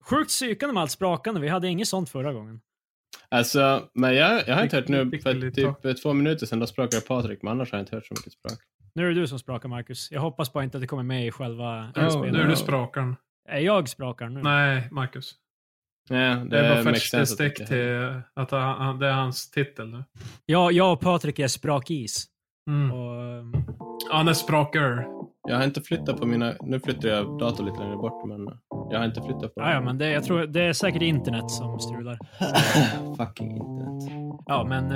Sjukt psykande med allt sprakande. Vi hade inget sånt förra gången. Alltså, men jag har inte hört nu för typ 2 minuter sedan då sprakade Patrik, men annars har jag inte hört så mycket sprak. Nu är det du som sprakar, Marcus. Jag hoppas bara inte att det kommer med i själva nu är du sprakaren. Är jag sprakar nu? Nej, Marcus. Ja, det är bara först stick till att det är hans titel nu. Jag och Patrik är sprakis. Och... Han är sprakare. Jag har inte flyttat på mina... Nu flyttar jag datorn lite längre bort, men jag har inte flyttat på... Ja, men jag tror det är säkert internet som strular. Fucking internet. Ja, men...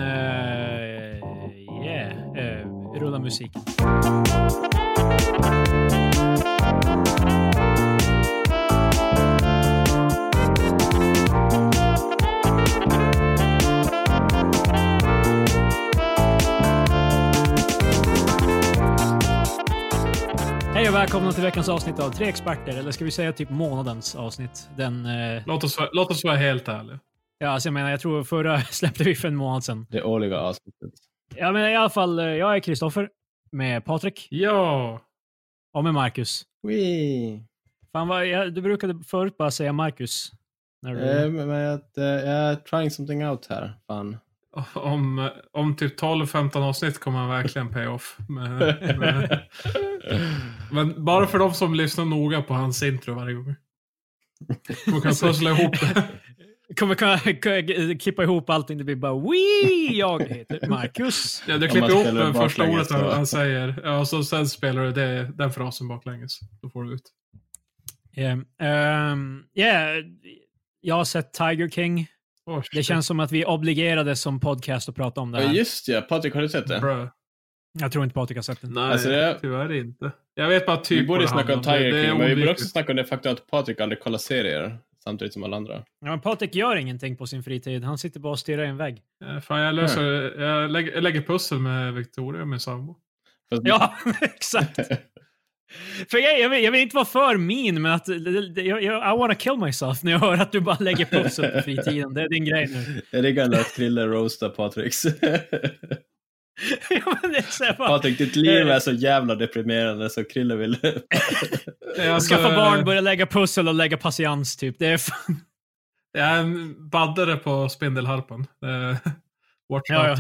rulla musik. Hej och välkomna till veckans avsnitt av 3 experter, eller ska vi säga typ månadens avsnitt. Låt oss vara helt ärliga. Ja, alltså jag tror förra släppte vi för en månad sedan. Det årliga avsnittet. Ja, men i alla fall, jag är Kristoffer med Patrik. Ja. Och med Marcus. Wee. Fan, du brukade förut bara säga Marcus. När du... Men jag är trying something out här. Fan. Om typ 12-15 avsnitt kommer han verkligen pay off. Men bara för de som lyssnar noga på hans intro varje gång. Man kan pussla ihop det. Kommer kunna klippa ihop allting. Det blir bara wii, jag heter Marcus. Ja, du klipper ihop det första ordet han säger. Ja, så sen spelar du den frasen baklänges. Då får du ut. Jag har sett Tiger King. Det känns som att vi är obligerade som podcast att prata om det här. Ja, just ja. Patrik, har du sett det? Bro. Jag tror inte Patrik har sett det. Nej, alltså tyvärr inte. Jag vet bara typ. Vi borde snacka om Tiger King, men vi borde också snacka om det faktum att Patrik aldrig kollar serier samtidigt som alla andra. Ja, men Patrik gör ingenting på sin fritid. Han sitter bara och stirrar i en vägg. Fan, jag lägger pussel med Victoria, med sambo. Ja, exakt. För jag vill inte vara för min, men att I wanna kill myself när jag hör att du bara lägger pussel på fritiden. Det är din grej nu. Jag riggar ändå att Krille roastar Patriks. Ja, men det är så här, Patrik, ditt liv är så jävla deprimerande så Krille vill... Skaffa barn, börja lägga pussel och lägga patiens typ. Det är fan... Jag är en baddare på spindelharpan. Watch out.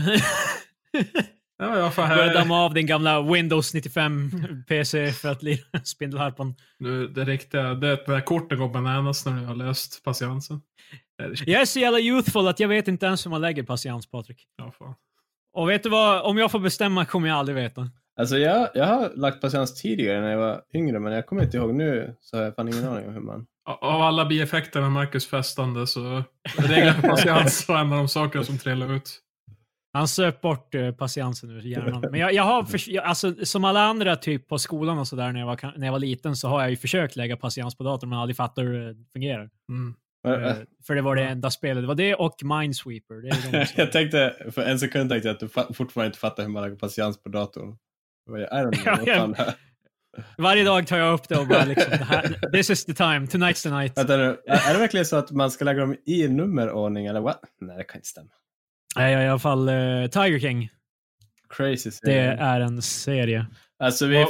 Ja, börja damma av din gamla Windows 95 PC för att lira spindelharpan. Nu, det riktiga, det där kortet går bananas när du har löst patiensen. Jag är så jävla youthful att jag vet inte ens hur man lägger patiens, Patrik. Ja, fan. Och vet du vad? Om jag får bestämma kommer jag aldrig veta. Alltså jag har lagt patiens tidigare när jag var yngre, men jag kommer inte ihåg nu, så har jag fan ingen aning om hur man... Av alla bieffekter med Marcus festande så reglar för patiens och en av de saker som trillar ut. Han söp bort patiensen ur hjärnan. Men jag har, alltså, som alla andra typ på skolan och sådär när jag var liten så har jag ju försökt lägga patiens på datorn men aldrig fattat hur det fungerar. För det var det enda spelet. Det var det och Minesweeper. Det är jag tänkte, för en sekund tänkte jag att du fortfarande inte fattar hur man lägger patiens på datorn. I don't know. Varje dag tar jag upp det och bara liksom, this is the time, tonight's the night. Är det verkligen så att man ska lägga dem i nummerordning eller vad? Nej, det kan inte stämma. Nej, i alla fall Tiger King. Crazy serie. Det är en serie. Alltså vi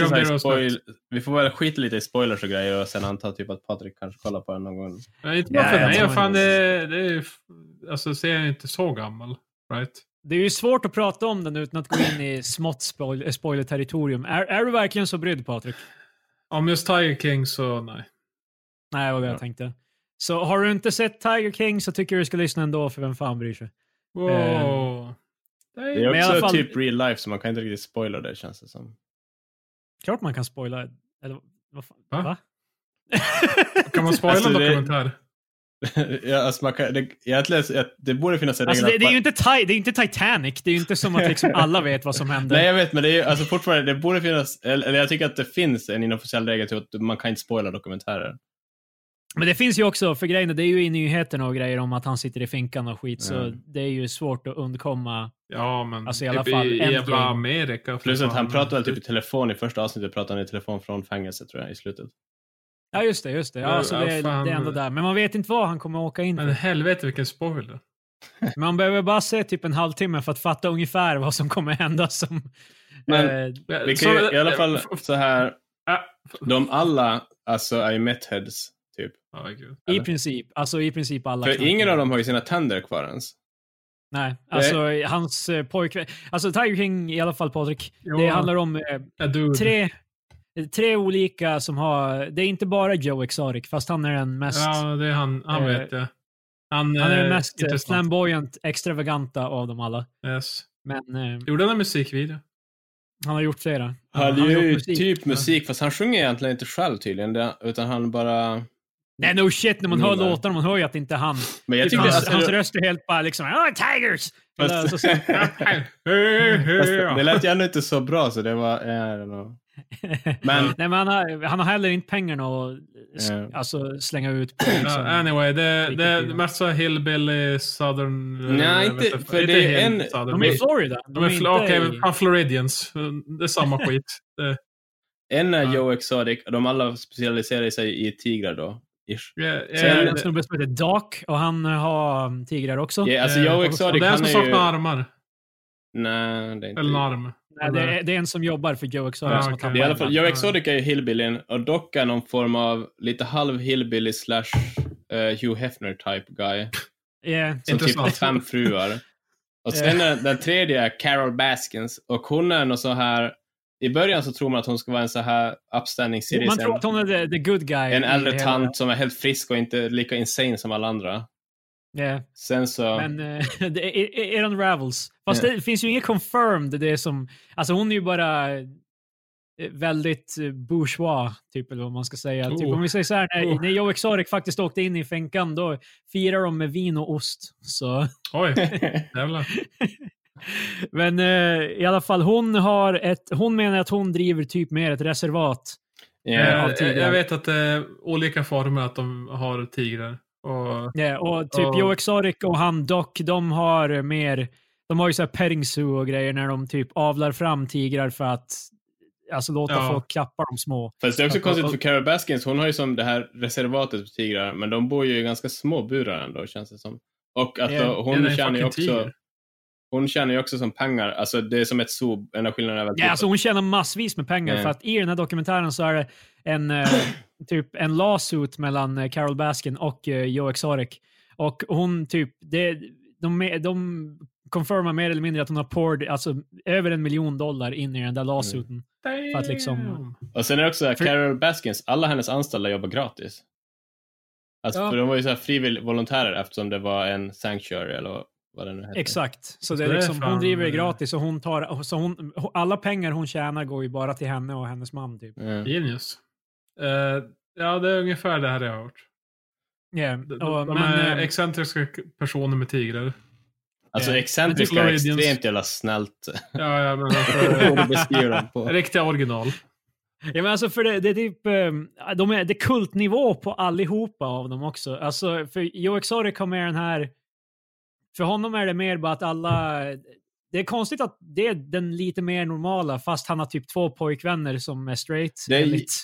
får väl skita lite i spoilers och grejer och sen anta typ att Patrik kanske kollar på den någon gång. Nej, inte bara för mig. Fan, det är alltså serien är inte så gammal, right? Det är ju svårt att prata om den utan att gå in i smått spoiler-territorium. Är du verkligen så brydd, Patrik? Om just Tiger King så nej. Nej, det var det jag tänkte. Så har du inte sett Tiger King så tycker jag du ska lyssna ändå, för vem fan bryr sig? Wow. Det är också fall... typ real life, så man kan inte riktigt spoila det, känns det som. Klart man kan spoila. Eller, va? Kan man spoila en dokumentär? Ja, alltså man kan, det borde finnas en regel. Alltså det är ju inte Titanic. Det är ju inte som att liksom alla vet vad som händer. Nej, jag vet, men det är alltså fortfarande, det borde finnas, eller jag tycker att det finns en inofficiell regel till att man kan inte spoila dokumentärer. Men det finns ju också, för grejerna, det är ju i nyheterna och grejer om att han sitter i finkan och skit, så det är ju svårt att undkomma. Ja, men alltså, i alla fall i jävla Amerika. Plus att han pratar väl typ i telefon i första avsnittet, pratar han i telefon från fängelse, tror jag, i slutet. Ja, just det. Ja, så det är ändå där. Men man vet inte vad han kommer att åka in för. Men helvete, vilken spoiler. Man behöver bara se typ en halvtimme för att fatta ungefär vad som kommer hända som... Men vi kan ju, i alla fall så här, de alla alltså är ju metheads typ. I princip alla. För ingen av dem har ju sina tänder kvar ens. Nej, alltså hans pojkvän. Alltså Tiger King i alla fall, Patrik. Det handlar om tre olika som har... Det är inte bara Joe Exotic, fast han är den mest... Ja, det är han vet jag. Han är den mest flamboyant, extravaganta av dem alla. Yes. Men... Gjorde han en musikvideo? Han har gjort flera. Han gör ju typ musik, fast han sjunger egentligen inte själv tydligen, utan han bara... Nej, no shit, när man hör låtarna, man hör ju att det inte är han. Men jag tycker hans röst är helt bara liksom, Tigers! Det lät ju ändå inte så bra, så det var... Men... Nej, men han har heller inte pengarna att alltså, slänga ut på. Liksom, anyway, det är massa hillbilly southern... Nej, inte... För det är en... De är i Florida. Okej, Floridians. Det är samma skit. En är Joe Exotic, de alla specialiserar sig i tigrar då. Sen som heter Doc, och han har tigrar också. Alltså Joe Exotic, det är en som saknar armar. Nej, det är inte. Eller en arm. Nej, det är en som jobbar för Joe Exotic. I alla fall, Joe Exotic är ju hillbillyn, och Doc är någon form av lite halv hillbilly / Hugh Hefner type guy. Som typ har 5 fruar. Och sen är den tredje är Carol Baskins, och hon är någon så här... I början så tror man att hon ska vara en så här upstanding citizen. Man tror att hon är the good guy. En äldre tant som är helt frisk och inte lika insane som alla andra. Sen så... Men it unravels. Fast det finns ju inget confirmed. Det är som... Alltså hon är ju bara väldigt bourgeois, typ, eller vad man ska säga. Typ, om vi säger så här, när Joe Exotic faktiskt åkte in i fänkan, då firar de med vin och ost. Så... Oj, jävlar. Men i alla fall, hon menar att hon driver typ mer ett reservat. Jag vet att det är olika former att de har tigrar. Och typ Joe Exotic och han Doc, de har ju så här petting zoo och grejer när de typ avlar fram tigrar för att alltså låta folk klappa de små. Fast det är också konstigt för Carol Baskins, hon har ju som det här reservatet för tigrar, men de bor ju i ganska små burar ändå, känns det som. Och att hon känner ju också... Tiger. Hon tjänar ju också som pengar. Alltså det är som ett zoo. En av skillnaderna är väl... Ja, alltså hon tjänar massvis med pengar. För att i den här dokumentären så är det typ en lawsuit mellan Carol Baskin och Joe Exotic. Och hon typ... De confirmar mer eller mindre att hon har poured alltså, över $1 million in i den där lawsuiten. För att liksom... Och sen är det också Carol Baskins, alla hennes anställda jobbar gratis. Alltså, för de var ju så här frivilliga volontärer eftersom det var en sanctuary eller vad det nu heter. Exakt. Så det är liksom, hon driver det gratis och hon tar... Så alla pengar hon tjänar går ju bara till henne och hennes man typ. Genius. Ja, det är ungefär det här jag har hört. De är excentriska personer med tigrar. Alltså excentriska är extremt jävla snällt. Ja, men riktiga original. Ja, men alltså för det är typ det är kultnivå på allihopa av dem också. Alltså för Joe Exotic har med den här, för honom är det mer bara att alla, det är konstigt att det är den lite mer normala fast han har typ 2 pojkvänner som är straight. Det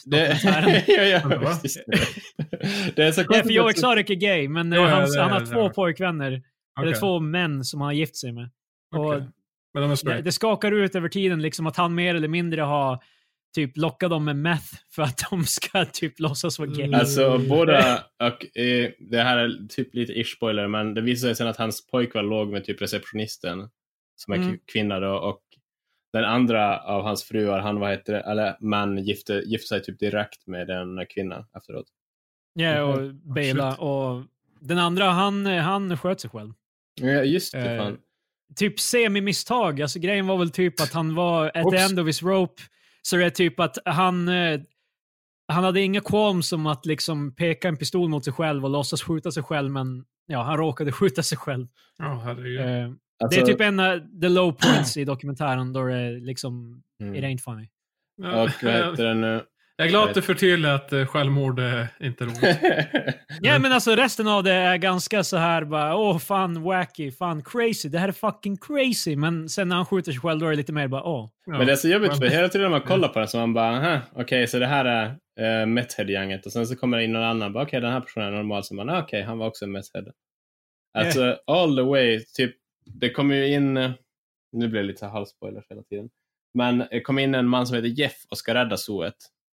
är så konstigt. För Joe Exotic är gay, men han har 2 pojkvänner. Okay. Eller 2 män som han har gift sig med. Okay. Och men det skakar ut över tiden liksom att han mer eller mindre har typ lockat dem med meth för att de ska typ låtsas vara gay. Alltså båda, och det här är typ lite ish-spoiler, men det visar sig sen att hans pojkvän låg med typ receptionisten som är kvinna då, och den andra av hans fruar, man gifte sig typ direkt med den kvinnan efteråt. Ja, och Bela, och den andra, han sköt sig själv. Ja, just det, fan. Typ semi-misstag. Alltså grejen var väl typ att han var at the end of his rope. Så det är typ att han hade inga qualms om att liksom peka en pistol mot sig själv och låtsas skjuta sig själv, men ja, han råkade skjuta sig själv. Det är typ en the low points i dokumentären då det liksom it ain't funny. Och vad heter den? Jag är glad att du förtydligar att självmord är inte roligt. Ja, men alltså resten av det är ganska så här bara, fan wacky, fan crazy, det här är fucking crazy. Men sen när han skjuter sig själv då är det lite mer bara, Men det är så jobbigt för hela tiden när man kollar på det så man bara, okej, så det här är Methhead-gänget. Och sen så kommer det in någon annan, bara okej, den här personen är normal. Så man, okej, han var också Methhead. Alltså, all the way, typ, det kommer ju in, nu blir det lite så halvspoilers hela tiden. Men det kommer in en man som heter Jeff och ska rädda zooet.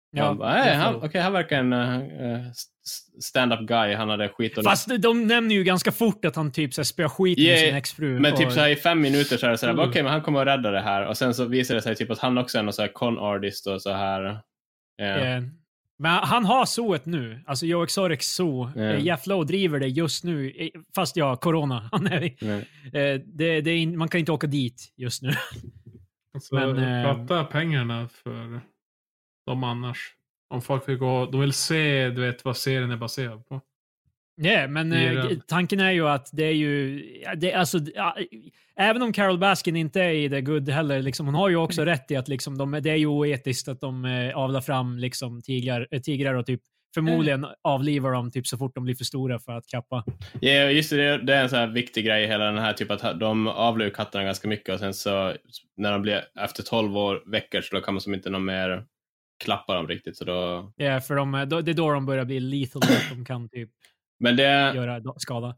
Ja, han verkar en stand-up guy. Han hade skit och... Fast de nämner ju ganska fort att han typ spöar skit med sin exfru. Men typ så här i 5 minuter så är det så här, okej, men han kommer att rädda det här. Och sen så visar det sig typ att han också är någon så här con artist och så här. Men han har zooet nu. Alltså Joe Exotic Zoo. Jeff Lowe driver det just nu. Fast corona. Han är, man kan inte åka dit just nu. Alltså, prata pengarna för dem annars. Om folk vill gå, de vill se, du vet, vad serien är baserad på. Ja, men tanken är ju att det är ju... även om Carol Baskin inte är i The Good heller, liksom, hon har ju också rätt i att liksom, det är ju oetiskt att de avlar fram liksom, tigrar och typ förmodligen avlivar dem typ, så fort de blir för stora för att kappa. Ja, just det är en sån här viktig grej i hela den här, typ att de avlar ju katterna ganska mycket och sen så när de blir efter 12 veckor så då kan man som inte någon mer klappa dem riktigt. Så då... Ja, för det är då de börjar bli lethal, att de kan typ göra skada.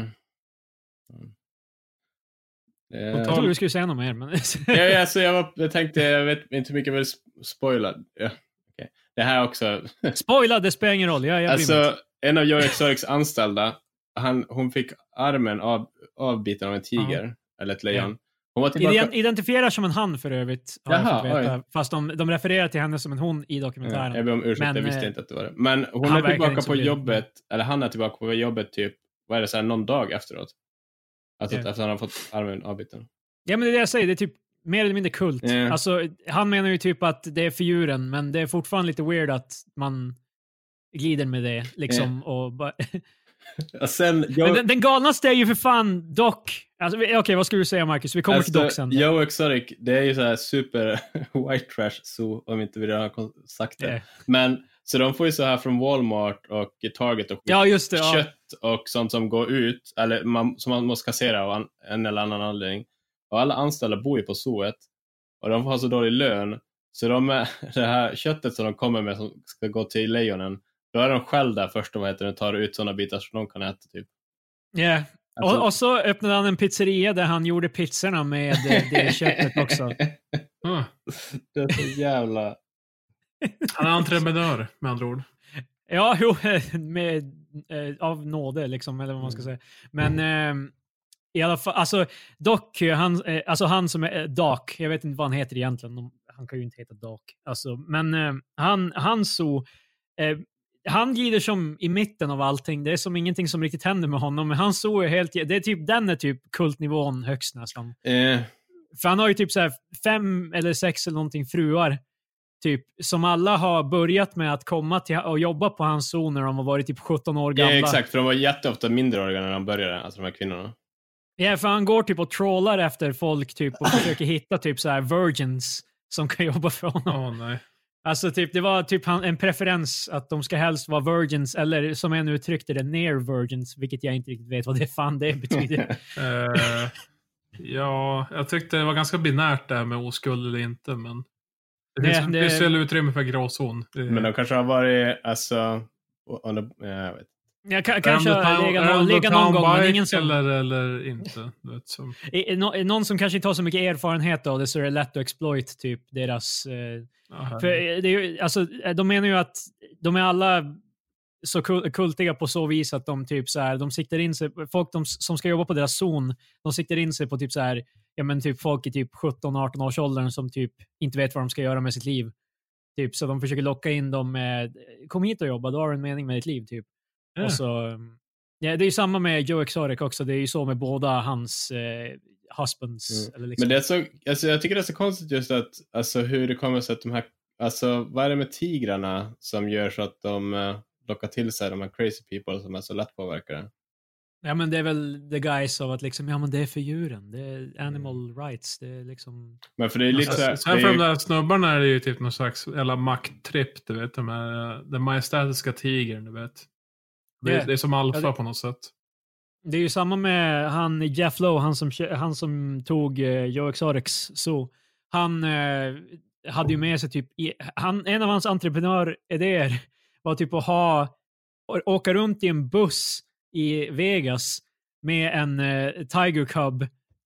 Jag trodde du skulle säga något mer. Men... jag tänkte, jag vet inte hur mycket jag vill spoila. Ja. Okay. Det här också... Spoila, det spelar ingen roll. Alltså, en av Joe Exotics anställda, hon fick armen avbiten av en tiger. Eller ett lejon. Hon var tillbaka... Identifierar som en han för övrigt. Fast de refererar till henne som en hon i dokumentären. Jag ber om ursäkt, jag visste inte att det var det. Men hon är tillbaka på jobbet. Eller han är tillbaka på jobbet typ, vad är det, så här, någon dag efteråt. Alltså efter han har fått armen avbiten. Ja, men det är det jag säger. Det är typ mer eller mindre kult. Alltså, han menar ju typ att det är för djuren. Men det är fortfarande lite weird att man glider med det. Liksom, och bara... Sen, den galnaste är ju för fan Doc. Alltså, okej, vad skulle du säga, Marcus? Vi kommer till Doc sen. Joe Exotic, det är ju så här super white trash, så om inte vi redan har sagt det. Men så de får ju så här från Walmart och Target och kött och sånt som går ut, eller som man måste kassera av en eller annan anledning. Och alla anställda bor ju på zooet och de får så dålig lön. Så det här köttet som de kommer med som ska gå till lejonen, då är de själv där först och tar ut sådana bitar som de kan äta typ. Ja. Yeah. Alltså... Och så öppnade han en pizzeria där han gjorde pizzorna med det köttet också. Det är så jävla... Han är entreprenör med andra ord. Ja, av nåde liksom, eller vad man ska säga. Men i alla fall, alltså Doc, han som är Doc, jag vet inte vad han heter egentligen. Han kan ju inte heta Doc. Alltså, men han glider som i mitten av allting. Det är som ingenting som riktigt händer med honom. Men han så är helt... Den är typ kultnivån högst nästan. För han har ju typ så här 5 eller 6 eller någonting fruar. Typ, som alla har börjat med att komma till och jobba på hans zon när de har varit typ 17 år gamla. Ja, exakt. För de var jätteofta mindreåriga när de började. Alltså de här kvinnorna. Ja, för han går typ och trollar efter folk typ och försöker hitta typ så här virgins som kan jobba för honom. Nej. Alltså typ, det var typ en preferens att de ska helst vara virgins, eller som jag nu uttryckte det, near virgins, vilket jag inte riktigt vet vad det betyder. Ja, jag tyckte det var ganska binärt där med oskuld eller inte, men det finns väl utrymme för gråzon. Men de kanske har varit, alltså, jag vet. Jag kanske lägga någon gång, men ingen som... eller inte. Vet, som... Någon som kanske inte har så mycket erfarenhet av det, så är det lätt att exploit typ deras... för det är ju, alltså, de menar ju att de är alla så kultiga på så vis att de typ så här, de siktar in sig, folk som ska jobba på deras zon, de siktar in sig på typ så här, ja men typ folk i typ 17-18 års åldern som typ inte vet vad de ska göra med sitt liv. Typ, så de försöker locka in dem med, kom hit och jobba, då har du en mening med ditt liv typ. Och så, ja, det är ju samma med Joe Exotic också. Det är ju så med båda hans husbands. Eller liksom. Men det är så, alltså, jag tycker det är så konstigt just att, alltså, hur det kommer sig att de här, alltså, vad är det med tigrarna som gör så att de lockar till sig de här crazy people som är så lätt påverkade? Ja, men det är väl the guys av att liksom, ja men det är för djuren. Det är animal rights. Det är liksom... Men för det är lite alltså, sen för de där snubbarna är det ju typ någon slags eller makttripp, du vet. Den majestätiska tigern, du vet. Det är som alfa på något sätt. Det är ju samma med han Jeff Lowe, han som tog Joe Exotics Zoo. Han hade ju med sig typ, en av hans entreprenöridéer var typ att åka runt i en buss i Vegas med en Tiger Cub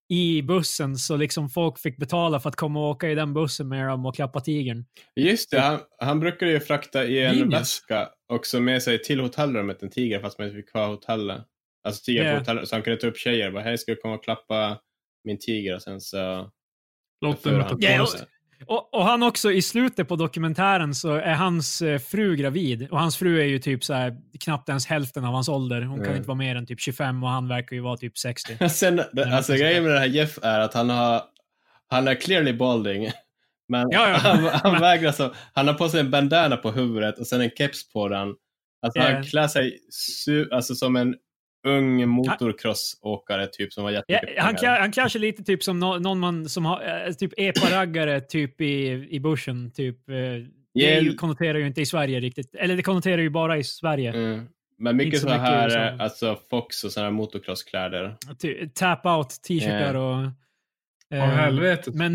i bussen, så liksom folk fick betala för att komma och åka i den bussen med dem och klappa tigern. Just det, han brukade ju frakta i en väska också med sig till hotellrummet en tiger, fast man inte fick ha hotellet. Alltså tiger på hotellet, så han kunde ta upp tjejer. Bara, hej, ska du komma och klappa min tiger? Och sen så... Låt dem och han också, i slutet på dokumentären så är hans fru gravid. Och hans fru är ju typ så här, knappt ens hälften av hans ålder. Hon kan inte vara mer än typ 25 och han verkar ju vara typ 60. Sen, alltså grejen med det här Jeff är att han är clearly balding. Men han vägrar så. Han har på sig en bandana på huvudet och sen en keps på den. Alltså han klär sig alltså som en ung motocrossåkare typ som var jättemycket han kanske lite typ som någon man som har typ epa-raggare typ i bushen typ. Det konnoterar ju inte i Sverige riktigt. Eller det konnoterar ju bara i Sverige. Men mycket så här som... alltså Fox och såna här motocrosskläder. Tap out t-shirtar och helvetet. Men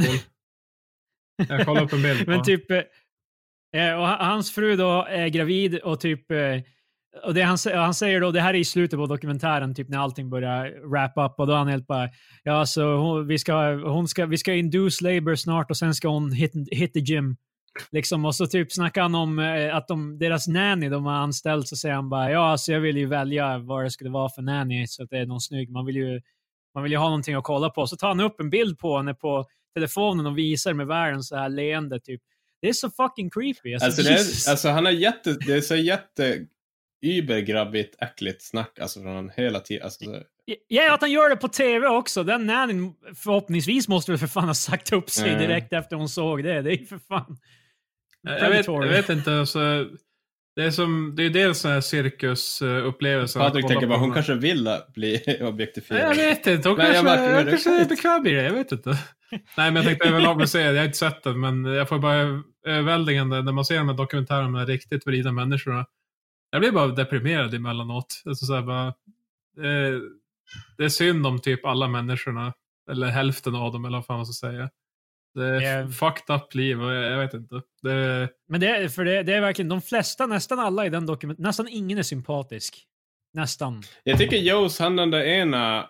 jag kollar upp en bild på. Men typ och hans fru då är gravid och typ och det han säger då, det här är i slutet på dokumentären typ när allting börjar wrap up, och då han helt bara så vi ska induce labor snart och sen ska hon hit the gym liksom, och så typ snackar han om att deras nanny de har anställt, så säger han bara så jag vill ju välja vad det skulle vara för nanny så att det är någon snygg, man vill ju ha någonting att kolla på. Så tar han upp en bild på henne på telefonen och visar med världen så här leende typ. Det är så fucking creepy. Alltså han har det är så übergrabbigt, äckligt snack alltså från han hela tiden. Alltså, att han gör det på tv också. Den nannyn förhoppningsvis måste väl för fan ha sagt upp sig direkt efter hon såg det. Det är för fan. Jag vet inte. Alltså, det är dels en här cirkusupplevelse. Patrik tänker bara, hon kanske vill bli objektifierad. Jag vet inte. Hon kanske är bekväm i det. Jag vet inte. Nej, men jag tänkte överlag säga, jag har inte sett det, men jag får bara överväldigande när man ser de här dokumentärerna med riktigt vrida människorna. Jag blir bara deprimerad emellanåt. Alltså så här bara, det är synd om typ alla människorna. Eller hälften av dem, eller vad fan man ska säga. Det är fucked up liv, och jag vet inte. Men det är verkligen de flesta, nästan alla i den dokumentären. Nästan ingen är sympatisk. Nästan. Jag tycker Joes, han den där ena,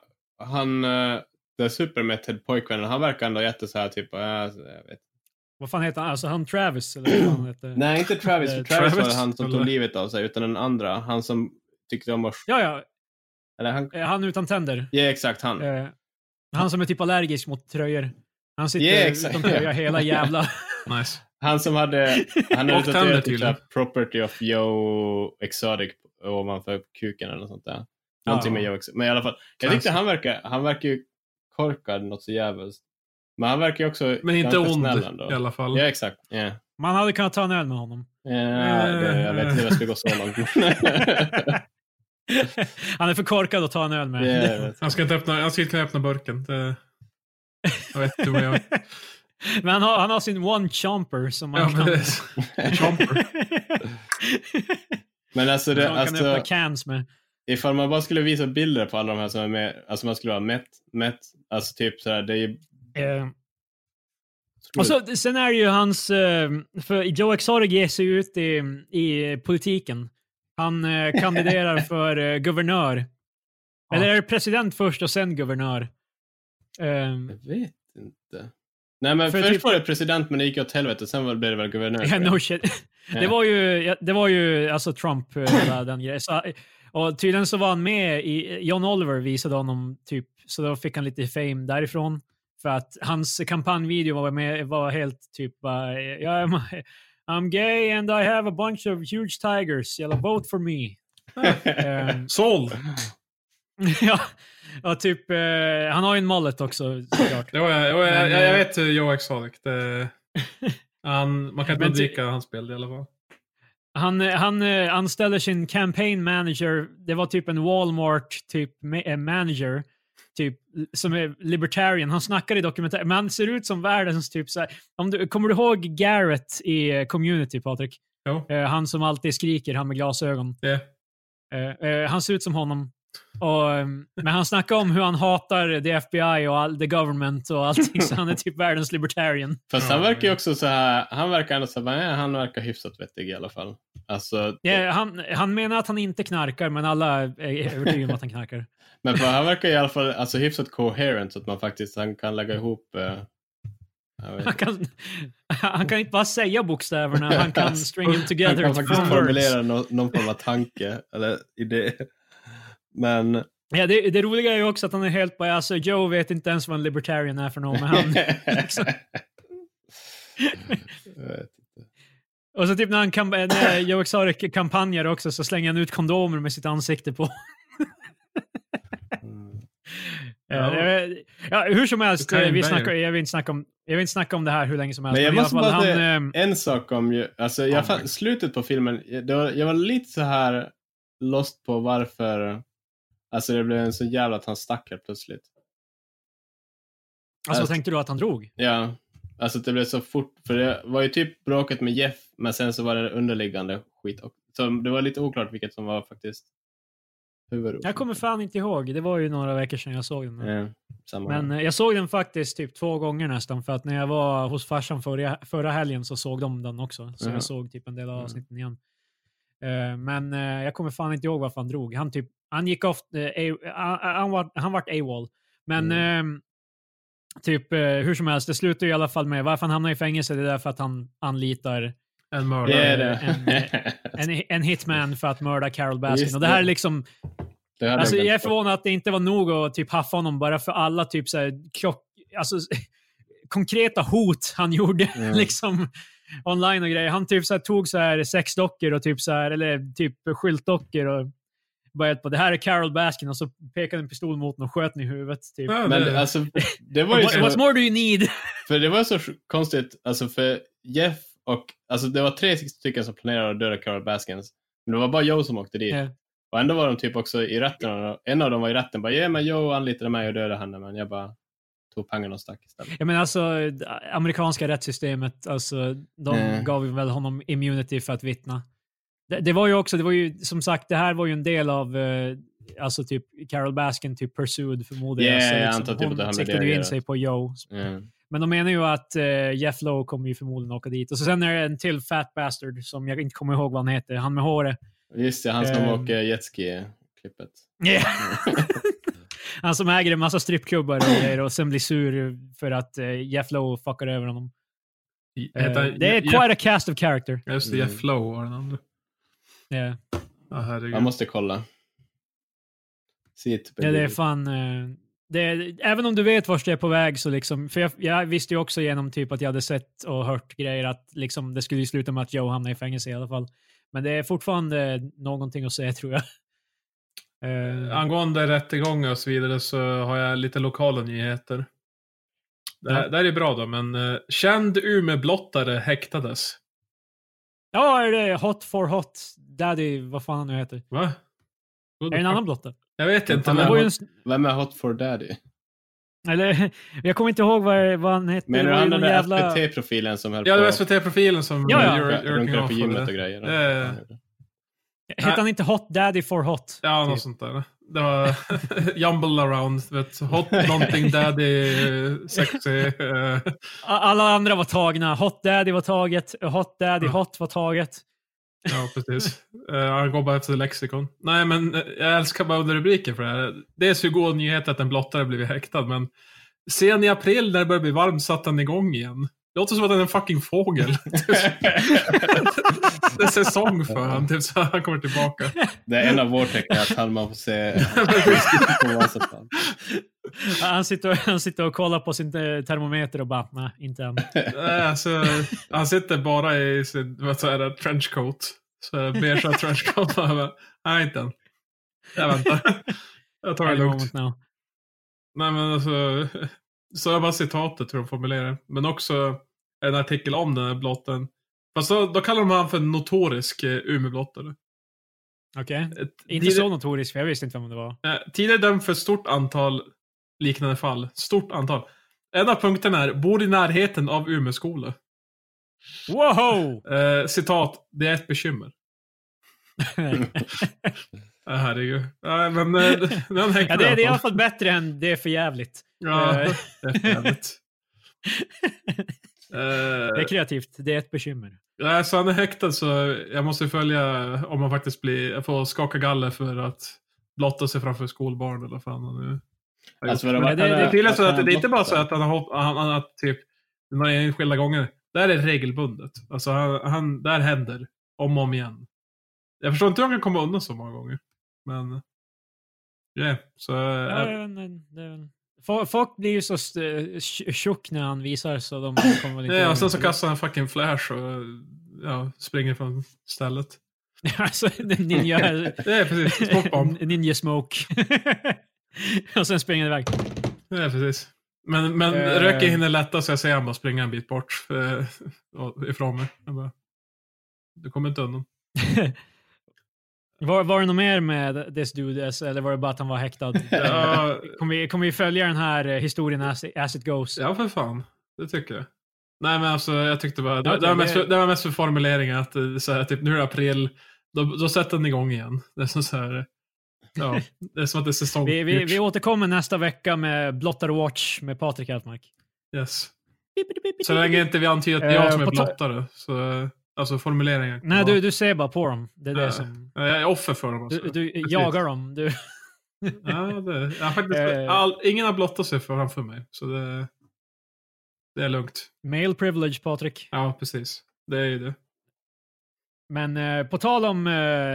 den supermetad pojkvännen, han verkar ändå jätte så här typ, jag vet. Vad fan heter han? Alltså han Travis? Eller vad han heter? Nej, inte Travis. För Travis var han som tog livet av sig, utan den andra. Han som tyckte om att... Ja. Eller han utan tänder. Ja, exakt, han. Han som är typ allergisk mot tröjor. Han sitter utan tröja hela jävla... Nice. Han som hade tatuerat typ Property of Joe Exotic ovanför kuken eller något sånt där. Någonting med Joe Exotic. Men i alla fall, jag tyckte han verkar ju korkad något så jävligt. Men han verkar ju också... Men inte ond i alla fall. Ja, exakt. Yeah. Man hade kunnat ta en öl med honom. Jag vet inte hur jag ska gå så långt. Han är för korkad att ta en öl med. Han ska inte kunna öppna burken. Jag vet inte vad jag... Men han har sin one chomper som man kan... Chomper. Men alltså det... Man kan öppna cans med. Ifall man bara skulle visa bilder på alla de här som är med... Alltså man skulle vara mätt. Alltså typ sådär, det är ju... Och så, sen är det ju hans... För Joe Exotic ger sig ut i politiken. Han kandiderar för guvernör. Eller är det president först och sen guvernör? Jag vet inte. Nej, men först typ... var det president, men det gick åt helvete. Sen blev det väl guvernör. Ja, no shit. Det var ju alltså Trump den grejen. Och tydligen så var han med i... John Oliver visade honom typ... Så då fick han lite fame därifrån. För att hans kampanjvideo var helt typ... I'm gay and I have a bunch of huge tigers. You'll vote for me. Sold! Ja, och typ... han har ju en mullet också, såklart. Jag vet Joe Exotic. Man kan inte undvika hans bild i alla fall. Han anställer sin campaign manager. Det var typ en Walmart typ manager typ som är libertarian. Han snackar i dokumentären, men han ser ut som världens typ så här, kommer du ihåg Garrett i Community, Patrik? Jo. Han som alltid skriker, han med glasögon. Yeah. Han ser ut som honom. Men han snackar om hur han hatar the FBI och the government och allting, så han är typ världens libertarian. Fast han verkar ju också så här, han verkar ändå så här, han verkar hyfsat vettig i alla fall. Alltså, han menar att han inte knarkar, men alla är övertygade om att han knarkar. Men för han verkar i alla fall alltså hyfsat coherent, så att man faktiskt han kan lägga ihop han kan inte bara säga bokstäverna, han kan string them together. Han kan faktiskt formulera någon form av tanke eller idé. Men ja, det roliga är ju också att han är helt bara, alltså Joe vet inte ens vad en libertarian är för någon, men han liksom. Och så typ när Joe Exotic kampanjer också, så slänger han ut kondomer med sitt ansikte på. Hur som helst, jag vill inte snacka om det här hur länge som helst. Men jag måste bara säga en sak om ju, alltså slutet på filmen, jag var lite så här lost på varför, alltså det blev en så jävla att han stack här plötsligt. Alltså tänkte du att han drog? Ja, alltså det blev så fort, för det var ju typ bråket med Jeff, men sen så var det underliggande skit också. Så det var lite oklart vilket som var faktiskt huvudord. Jag kommer fan inte ihåg, det var ju några veckor sedan jag såg den. Men jag såg den faktiskt typ 2 gånger nästan, för att när jag var hos farsan förra helgen så såg de den också. Så jag såg typ en del av avsnitten igen. Men jag kommer fan inte ihåg varför han drog. Han gick off, han vart AWOL. Men typ hur som helst, det slutar ju i alla fall med varför han hamnar i fängelse. Det är därför att han anlitar en mördare. En hitman för att mörda Carol Baskin. Och det här är liksom, alltså jag är förvånad att det inte var nog att typ haffa honom bara för alla typ så här alltså konkreta hot han gjorde liksom online och grejer. Han typ så här tog så här sexdockor och typ så här, eller typ skyltdockor och började på det här är Carol Baskin, och så pekade en pistol mot den och sköt den i huvudet typ. Men alltså det var ju what more do you need? För det var så konstigt, alltså för Jeff och alltså det var 3 stycken som planerade att döda Carol Baskins, men det var bara Joe som åkte dit. Och ändå var de typ också i rätten, en av dem var i rätten bara, men Joe anlitade mig och dödade henne, men jag bara tog pengarna och stack istället. Ja, men alltså amerikanska rättssystemet, alltså de gav väl honom immunity för att vittna. Det var ju som sagt, det här var ju en del av alltså typ Carol Baskin typ pursued förmodligen. Så jag antar typ att det hon siktade ju in sig på Joe. Men de menar ju att Jeff Lowe kommer ju förmodligen åka dit. Och så sen är det en till fat bastard som jag inte kommer ihåg vad han heter. Han med håret. Just det, han som åker jetski-klippet. Yeah. Han som äger en massa strippklubbar och sen blir sur för att Jeff Lowe fuckar över honom. Det är quite a cast of character. Just det, Jeff Lowe var den andra. Yeah. Man måste kolla. Det är fan... även om du vet vart det är på väg så liksom... För jag visste ju också genom typ att jag hade sett och hört grejer att liksom, det skulle ju sluta med att Joe hamnar i fängelse i alla fall. Men det är fortfarande någonting att säga, tror jag. Angående rättegångar och så vidare så har jag lite lokala nyheter. Det här är bra då, men känd Umeå-blottare häktades. Ja, är det Hot for Hot Daddy, vad fan han nu heter? Va? Är det en annan blottare? Jag vet inte. Vem är Hot for Daddy? Eller, jag kommer inte ihåg vad han heter. Men han den jävla... SVT-profilen som höll på... Ja, det var SVT-profilen som... runkade på gymmet och grejer. Hette han inte Hot Daddy for Hot? Ja, typ. Något sånt där. Det var jumble around, vet, hot någonting daddy, sexy. Alla andra var tagna. Hot Daddy var taget. Hot Daddy Hot var taget. Ja, precis. Han går bara efter lexikon. Nej, men jag älskar bara under rubriken för det här. Det är så god nyhet att en blottare blivit häktad, men sen i april när det börjar bli varmt satt han igång igen. Det låter som att han är en fucking fågel. Det är säsong för han, typ, så han kommer tillbaka. Det är en av vår tecken att man får se. Han sitter och kollar på sin termometer och bara, nej, inte än. Alltså, han sitter bara i sin trenchcoat. Så beige trenchcoat. Nej, inte än. Jag väntar. Jag tar det lugnt. Nej, men alltså... Så är bara citatet hur de formulerar. Men också en artikel om den här blotten. Fast då kallar de han för notorisk Umeå-blottare. Okej. Inte så notorisk, för jag visste inte vem det var. Tidigare dömd för stort antal liknande fall. Stort antal. En av punkterna är, bor i närheten av Umeå-skola. Wow! Citat, det är ett bekymmer. Herregud. Men det är i alla fall bättre än det är för jävligt. Ja, det är för jävligt. Det är kreativt, det är ett bekymmer. Nej, så han är häktad så jag måste följa om man faktiskt får skaka galler för att blotta sig framför skolbarn eller fan nu. Alltså, det är inte bara så att han har typ några enskilda gånger. Där är regelbundet. Alltså han där händer om och om igen. Jag förstår inte hur han kan komma undan så många gånger. Men så folk blir ju så tjock när han visar så de kommer väl inte. Ja, och sen så kastar han fucking flash och springer från stället. Alltså ninja. Det är precis smoke ninja smoke. Och sen springer det iväg. Ja, precis. Men röken hinner lätta så jag ser han bara springa en bit bort ifrån mig. Du kommer inte undan. Var det något mer med this dude eller var det bara att han var häktad? Kommer vi följa den här historien as it goes? Ja, för fan. Det tycker jag. Nej, men alltså jag tyckte bara det var mest för formuleringen att så här, typ nu är det april då sätter den igång igen. Det är så här. Ja, det är som att det är säsong. Vi återkommer nästa vecka med Blottare Watch med Patrik Altmark. Yes. Så länge inte vi antyder att det är jag som är blottare. Så, alltså formuleringen. Nej, du ser bara på dem. Det är det som... Jag är offer för dem. Alltså. Du jagar dem. Ingen har blottat sig framför mig. Så det är lugnt. Male privilege, Patrik. Ja, precis. Det är ju det. Men på tal om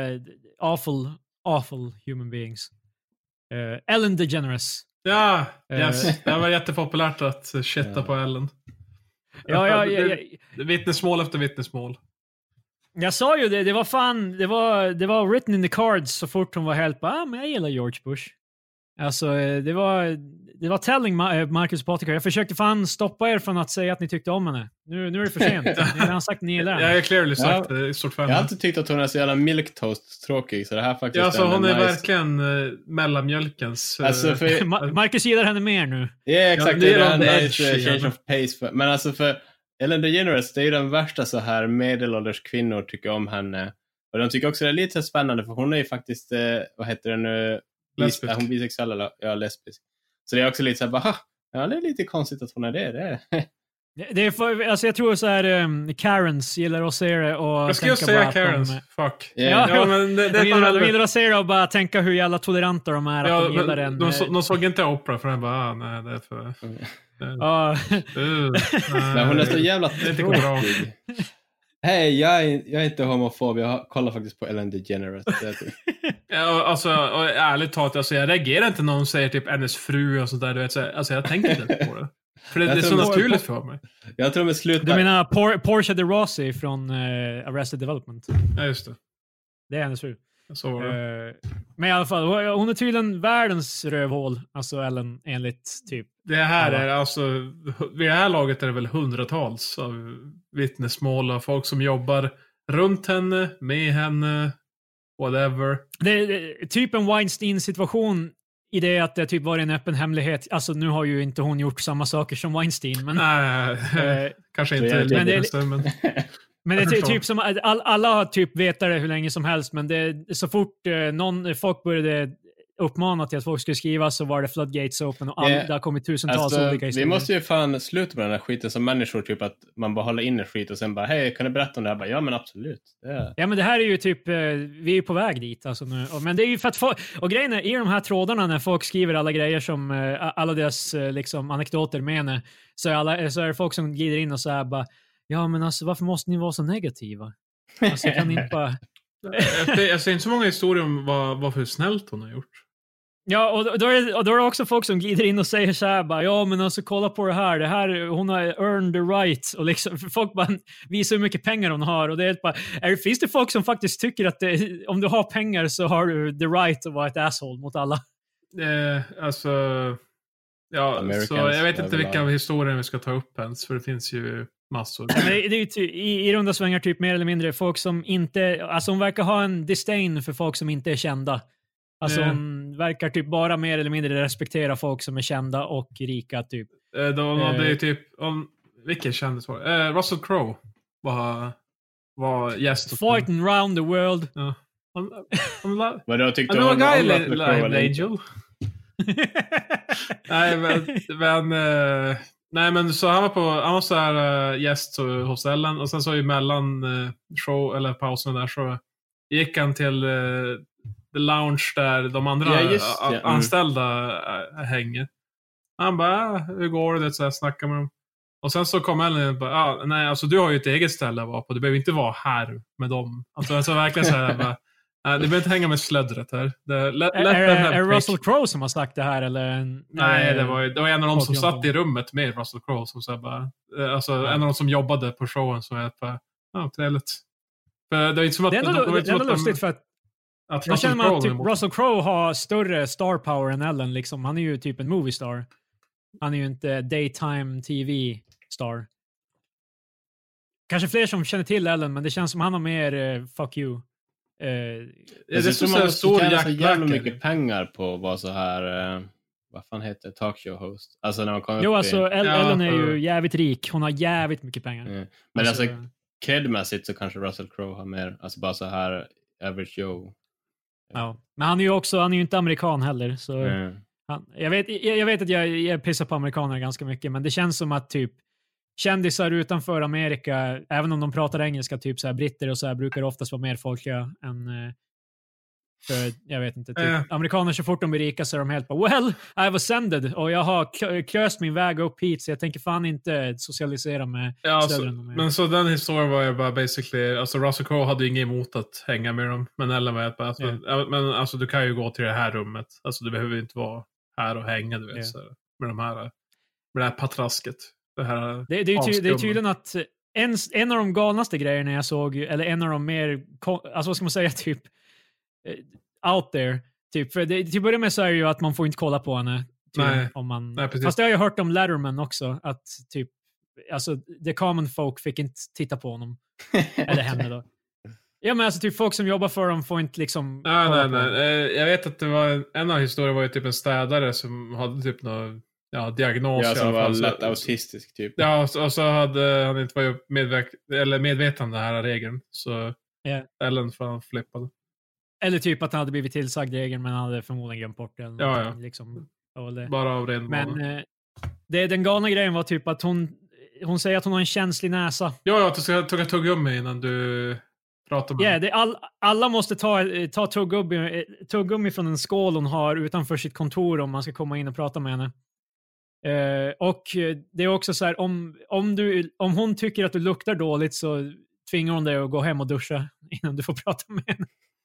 awful human beings. Ellen DeGeneres. Ja, yes. Det var jättepopulärt att shitta på Ellen. Ja. Vittnesmål efter vittnesmål. Jag sa ju det var fan, det var written in the cards så fort hon var helt bara, men jag gillar George Bush. Alltså, det var telling Marcus Patrik. Jag försökte fan stoppa er från att säga att ni tyckte om henne. Nu är det för sent. Ni har redan sagt att ni gillar henne. Jag har clearly sagt det. Stort fan. Jag har alltid tyckt att hon är så jävla milktoast tråkig. Så det här faktiskt alltså, hon är verkligen mellanmjölkens. Alltså, Marcus gillar henne mer nu. Ja, exakt. Det är en nice change of pace. Men alltså för Ellen DeGeneres, det är ju den värsta så här medelålders kvinnor tycker om henne. Och de tycker också det är lite spännande för hon är ju faktiskt, vad heter det nu? Lesbisk. Hon är bisexuell eller lesbisk. Så det är också lite så här, bara, ja det är lite konstigt att hon är det. Det är för, alltså jag tror så här Karens gillar att se det och jag ska just säga Karens, fuck. Yeah. Ja, men de gillar att se det och bara tänka hur jävla toleranta de är att de gillar den. De såg inte Oprah för den bara, nej det är för... Men hon är så jävla tråkig. Hej, jag är inte homofob. Jag kollar faktiskt på Ellen DeGeneres. Ja, alltså, ärligt talat, alltså, jag reagerar inte när någon säger typ hennes fru och sådär. Du vet, så, alltså, jag tänker inte på det. För det är så naturligt för mig. Jag tror de slutar... Du menar Portia de Rossi från Arrested Development? Ja, just det. Det är hennes fru. Så var det. Men i alla fall, hon är tydligen världens rövhål. Alltså Ellen, enligt typ... Det här är alltså... Vid det här laget är det väl hundratals av vittnesmål av folk som jobbar runt henne, med henne, whatever. Det är typ en Weinstein-situation i det att det typ var en öppen hemlighet. Alltså nu har ju inte hon gjort samma saker som Weinstein, men... Nej, kanske inte. Men det är typ som alla har typ vetat det hur länge som helst, men det så fort folk började uppmana till att folk skulle skriva så var det floodgates open och det har kommit tusentals olika historier. Vi måste ju fan sluta med den här skiten som människor typ att man bara håller inne skit och sen bara hej, kan du berätta om det här? Bara, ja men absolut. Yeah. Ja men det här är ju typ vi är ju på väg dit alltså nu. Men det är ju för att och grejen är i de här trådarna när folk skriver alla grejer som alla deras liksom anekdoter med henne så är det folk som glider in och så här bara ja men alltså varför måste ni vara så negativa? Alltså kan ni inte bara... Jag ser inte så många historier om vad för snällt hon har gjort. Ja, och då är det också folk som glider in och säger så här bara, ja men alltså kolla på det här, hon har earned the right och liksom, för folk bara visar hur mycket pengar hon har och det är bara, finns det folk som faktiskt tycker att om du har pengar så har du the right att vara ett asshole mot alla? Alltså ja, så jag vet inte vilka historier vi ska ta upp ens, för det finns ju massor. Men det är ju i runda svängar typ mer eller mindre folk som inte, alltså hon verkar ha en disdain för folk som inte är kända. Alltså hon verkar typ bara mer eller mindre respektera folk som är kända och rika typ. Det är typ vilken kändis var det? Russell Crowe var gäst. Fighting round the world. Ja. Vad tyckte du om Angel? Nej men så han var så här gäst hos Ellen och sen så emellan show eller pausen där så gick han till the lounge där de andra anställda hänger. Han bara, hur går det? Så jag snackar med dem. Och sen så kom Ellen och bara, nej alltså du har ju ett eget ställe att vara på. Du behöver inte vara här med dem. Alltså verkligen så här bara, du behöver inte hänga med slöddret här. Är Russell Crowe som har sagt det här eller? Nej, det var en av de som satt i rummet med Russell Crowe som så bara, alltså en av de som jobbade på showen som är bara, trevligt. För det är inte som att det är ändå lustigt för att jag känner man att typ Russell Crowe har större star power än Ellen liksom. Han är ju typ en movie star. Han är ju inte daytime TV star. Kanske fler som känner till Ellen, men det känns som han har mer fuck you. Det är som man måste tjäna så jävla mycket pengar på att vara så här vad fan heter talkshow host. Alltså när man kommer jo, alltså Ellen är ju jävligt rik. Hon har jävligt mycket pengar. Men alltså credmässigt så kanske Russell Crowe har mer, alltså bara så här average Joe. Ja, men han är ju inte amerikan heller så jag vet att jag pissar på amerikaner ganska mycket, men det känns som att typ kändisar utanför Amerika, även om de pratar engelska, typ så här britter och så här, brukar oftast vara mer folkliga än för, jag vet inte, typ amerikaner så fort de blir rika så är de helt bara, well, I was sended och jag har klöst min väg upp hit så jag tänker fan inte socialisera med men så den historien var ju bara basically, alltså Russell Crowe hade ju inget emot att hänga med dem, men Ellen var bara, men alltså du kan ju gå till det här rummet, alltså du behöver inte vara här och hänga, du vet, så, med det här patrasket. Det är tydligen att en av de galnaste grejerna jag såg, eller en av de mer, alltså vad ska man säga, typ out there, typ, för till början med så är det ju att man får inte kolla på henne typ, om man, fast det har jag hört om Letterman också, att typ, alltså the common folk fick inte titta på honom eller henne då. Ja men alltså typ folk som jobbar för dem får inte liksom nej. Jag vet att det var en av historierna var ju typ en städare som hade typ någon diagnos. Ja, som var lätt autistisk typ. Ja, och så hade han inte varit medvetande här regeln. Så Ellen fan flippade. Eller typ att han hade blivit tillsagd regeln men han hade förmodligen glömt bort det. Ja. Liksom, bara av ren vana. Men den galna grejen var typ att hon säger att hon har en känslig näsa. Ja, att du ska ta tuggummi innan du pratar med alla måste ta tuggummi från en skål hon har utanför sitt kontor om man ska komma in och prata med henne. Och det är också så här, om hon tycker att du luktar dåligt så tvingar hon dig att gå hem och duscha innan du får prata med henne.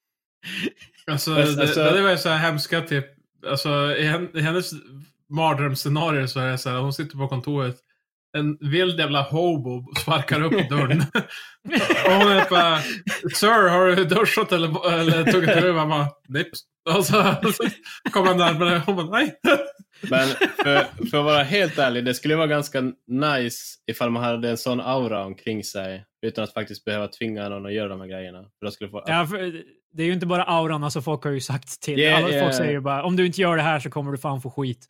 Alltså det var ju så här hemska typ, alltså i hennes mardrömsscenario så är det så här, hon sitter på kontoret, en vild jävla hobo sparkar upp dörren och hon är bara, sir, har du duschat eller tagit det? Man bara, nips. Och så kommer han där med hon bara, nej. Men för att vara helt ärlig, det skulle vara ganska nice ifall man hade en sån aura omkring sig utan att faktiskt behöva tvinga någon att göra de här grejerna. För då skulle få... det är ju inte bara auran, alltså folk har ju sagt till. Folk säger ju bara, om du inte gör det här så kommer du fan få skit.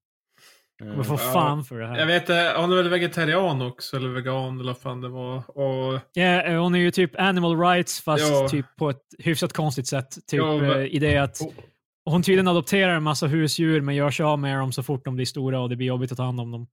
Du får fan för det här. Jag vet, hon är väl vegetarian också, eller vegan, eller vad fan det var. Hon är ju typ animal rights, fast typ på ett hyfsat konstigt sätt. Typ i det att hon tydligen adopterar en massa husdjur men gör sig av med dem så fort de blir stora och det blir jobbigt att ta hand om dem.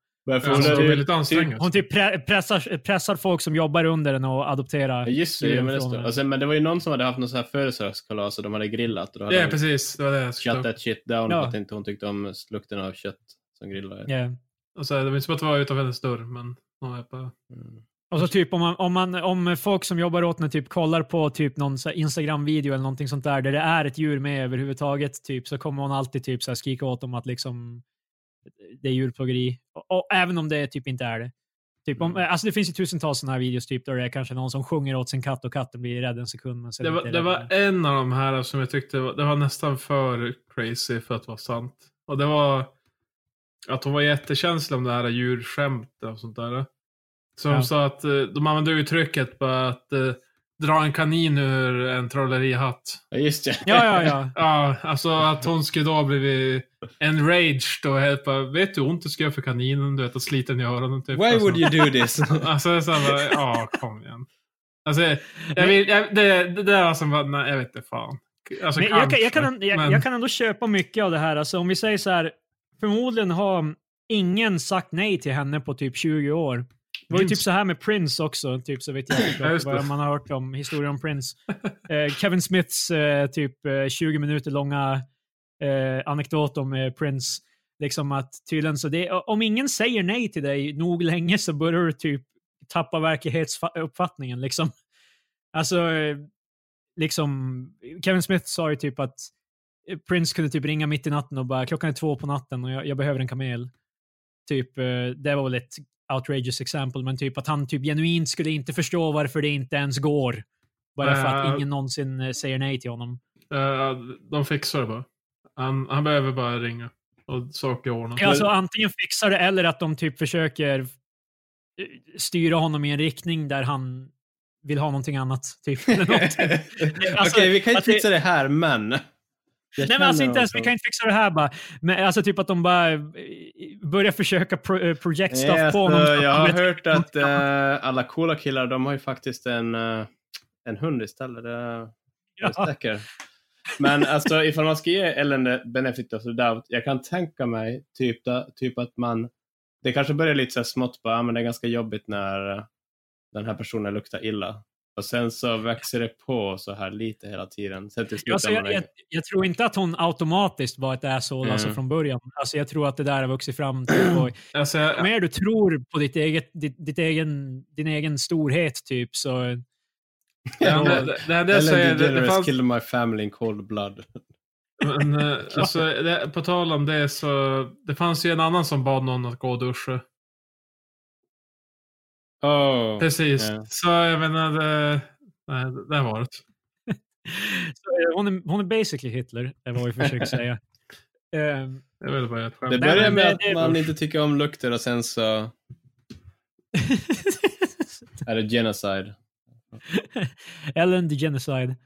Hon typ pressar folk som jobbar under den och adoptera. Just det, men det var ju någon som hade haft någon sån här födelsedagskalas och de hade grillat. Och ja, precis. Det var det. Shut that shit down för att inte hon tyckte om lukten av kött som grillade. Yeah. Och så, det var inte som att det var utanför hennes dörr, men hon är bara... Och så typ om folk som jobbar åt henne typ kollar på typ någon så Instagram-video eller någonting sånt där det är ett djur med överhuvudtaget typ, så kommer hon alltid typ så här skrika åt dem att liksom det är djurplågeri. Och även om det typ inte är det. Typ alltså det finns ju tusentals sådana här videos typ där det är kanske någon som sjunger åt sin katt och katten blir rädd en sekund. Men det var en av de här som jag tyckte det var nästan för crazy för att vara sant. Och det var att hon var jättekänslig om det här djurskämt och sånt där. Så de sa att de använde uttrycket på att dra en kanin ur en trollerihatt. Ja, just det. Ja. Ja, alltså att hon skulle då blivit enraged och helt bara, vet du ont du ska göra för kaninen, du vet, att slita den i öronen typ. Why would you do this? Alltså så här, kom igen. Alltså, det där alltså, nej, jag vet inte fan. Alltså, jag kan ändå köpa mycket av det här. Alltså, om vi säger så här, förmodligen har ingen sagt nej till henne på typ 20 år. Det var ju typ så här med Prince också, typ så vet jag vad man har hört om historien om Prince. Kevin Smiths typ 20 minuter långa anekdot om Prince. Liksom att tydligen så det, om ingen säger nej till dig nog länge så börjar du typ tappa verklighetsuppfattningen liksom. Alltså liksom Kevin Smith sa ju typ att Prince kunde typ ringa mitt i natten och bara klockan är 2 på natten och jag behöver en kamel. Typ det var väl ett outrageous exempel, men typ att han typ genuint skulle inte förstå varför det inte ens går. Bara för att ingen någonsin säger nej till honom. De fixar det bara. Han behöver bara ringa och saker ordna. Ja, alltså antingen fixar det eller att de typ försöker styra honom i en riktning där han vill ha någonting annat. Typ. Alltså, okej, vi kan inte fixa det här, men... Nej, men alltså inte ens, vi kan inte fixa det här bara. Men alltså typ att de bara börjar försöka project stuff på honom. Jag har hört att alla coola killar, de har ju faktiskt en hund istället. Det är säkert. Men alltså ifall man ska ge Ellen benefit of the doubt, jag kan tänka mig typ att man, det kanske börjar lite så här smått bara, men det är ganska jobbigt när den här personen luktar illa. Och sen så växer det på så här lite hela tiden. Sen till alltså, jag tror inte att hon automatiskt var ett asshole alltså från början. Alltså jag tror att det där har vuxit fram. Typ, alltså, mer du tror på din egen storhet typ så... Det fanns... Kill my family in cold blood. Men, alltså, på tal om det så det fanns ju en annan som bad någon att gå och duscha. Precis. Yeah. Så jag menar det var det. Hon är basically Hitler, det var vad vi försöker säga. Det börjar med att man inte tycker om lukter och sen så är det genocide. Ellen the genocide.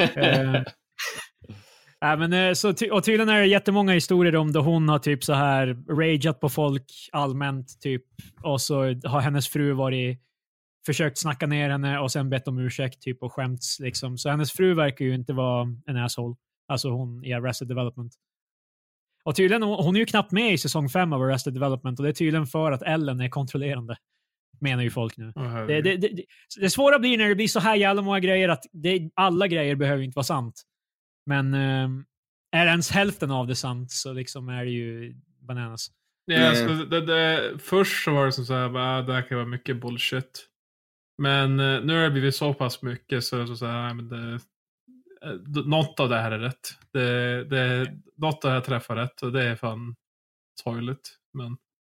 Men, så och tydligen är det jättemånga historier om då hon har typ så här rageat på folk allmänt typ, och så har hennes fru försökt snacka ner henne och sen bett om ursäkt typ och skämts liksom. Så hennes fru verkar ju inte vara en asshole. Alltså hon i Arrested Development. Och tydligen, hon är ju knappt med i säsong 5 av Arrested Development och det är tydligen för att Ellen är kontrollerande. Menar ju folk nu. Det svåra blir när det blir så här jävla många grejer att alla grejer behöver inte vara sant. Men är ens hälften av det sant så liksom är det ju bananas. Ja, alltså, först så var det som så här, det här kan vara mycket bullshit. Men nu har det blivit så pass mycket så här, men något av det här är rätt. Något av det här träffar rätt och det är fan sorgligt. Men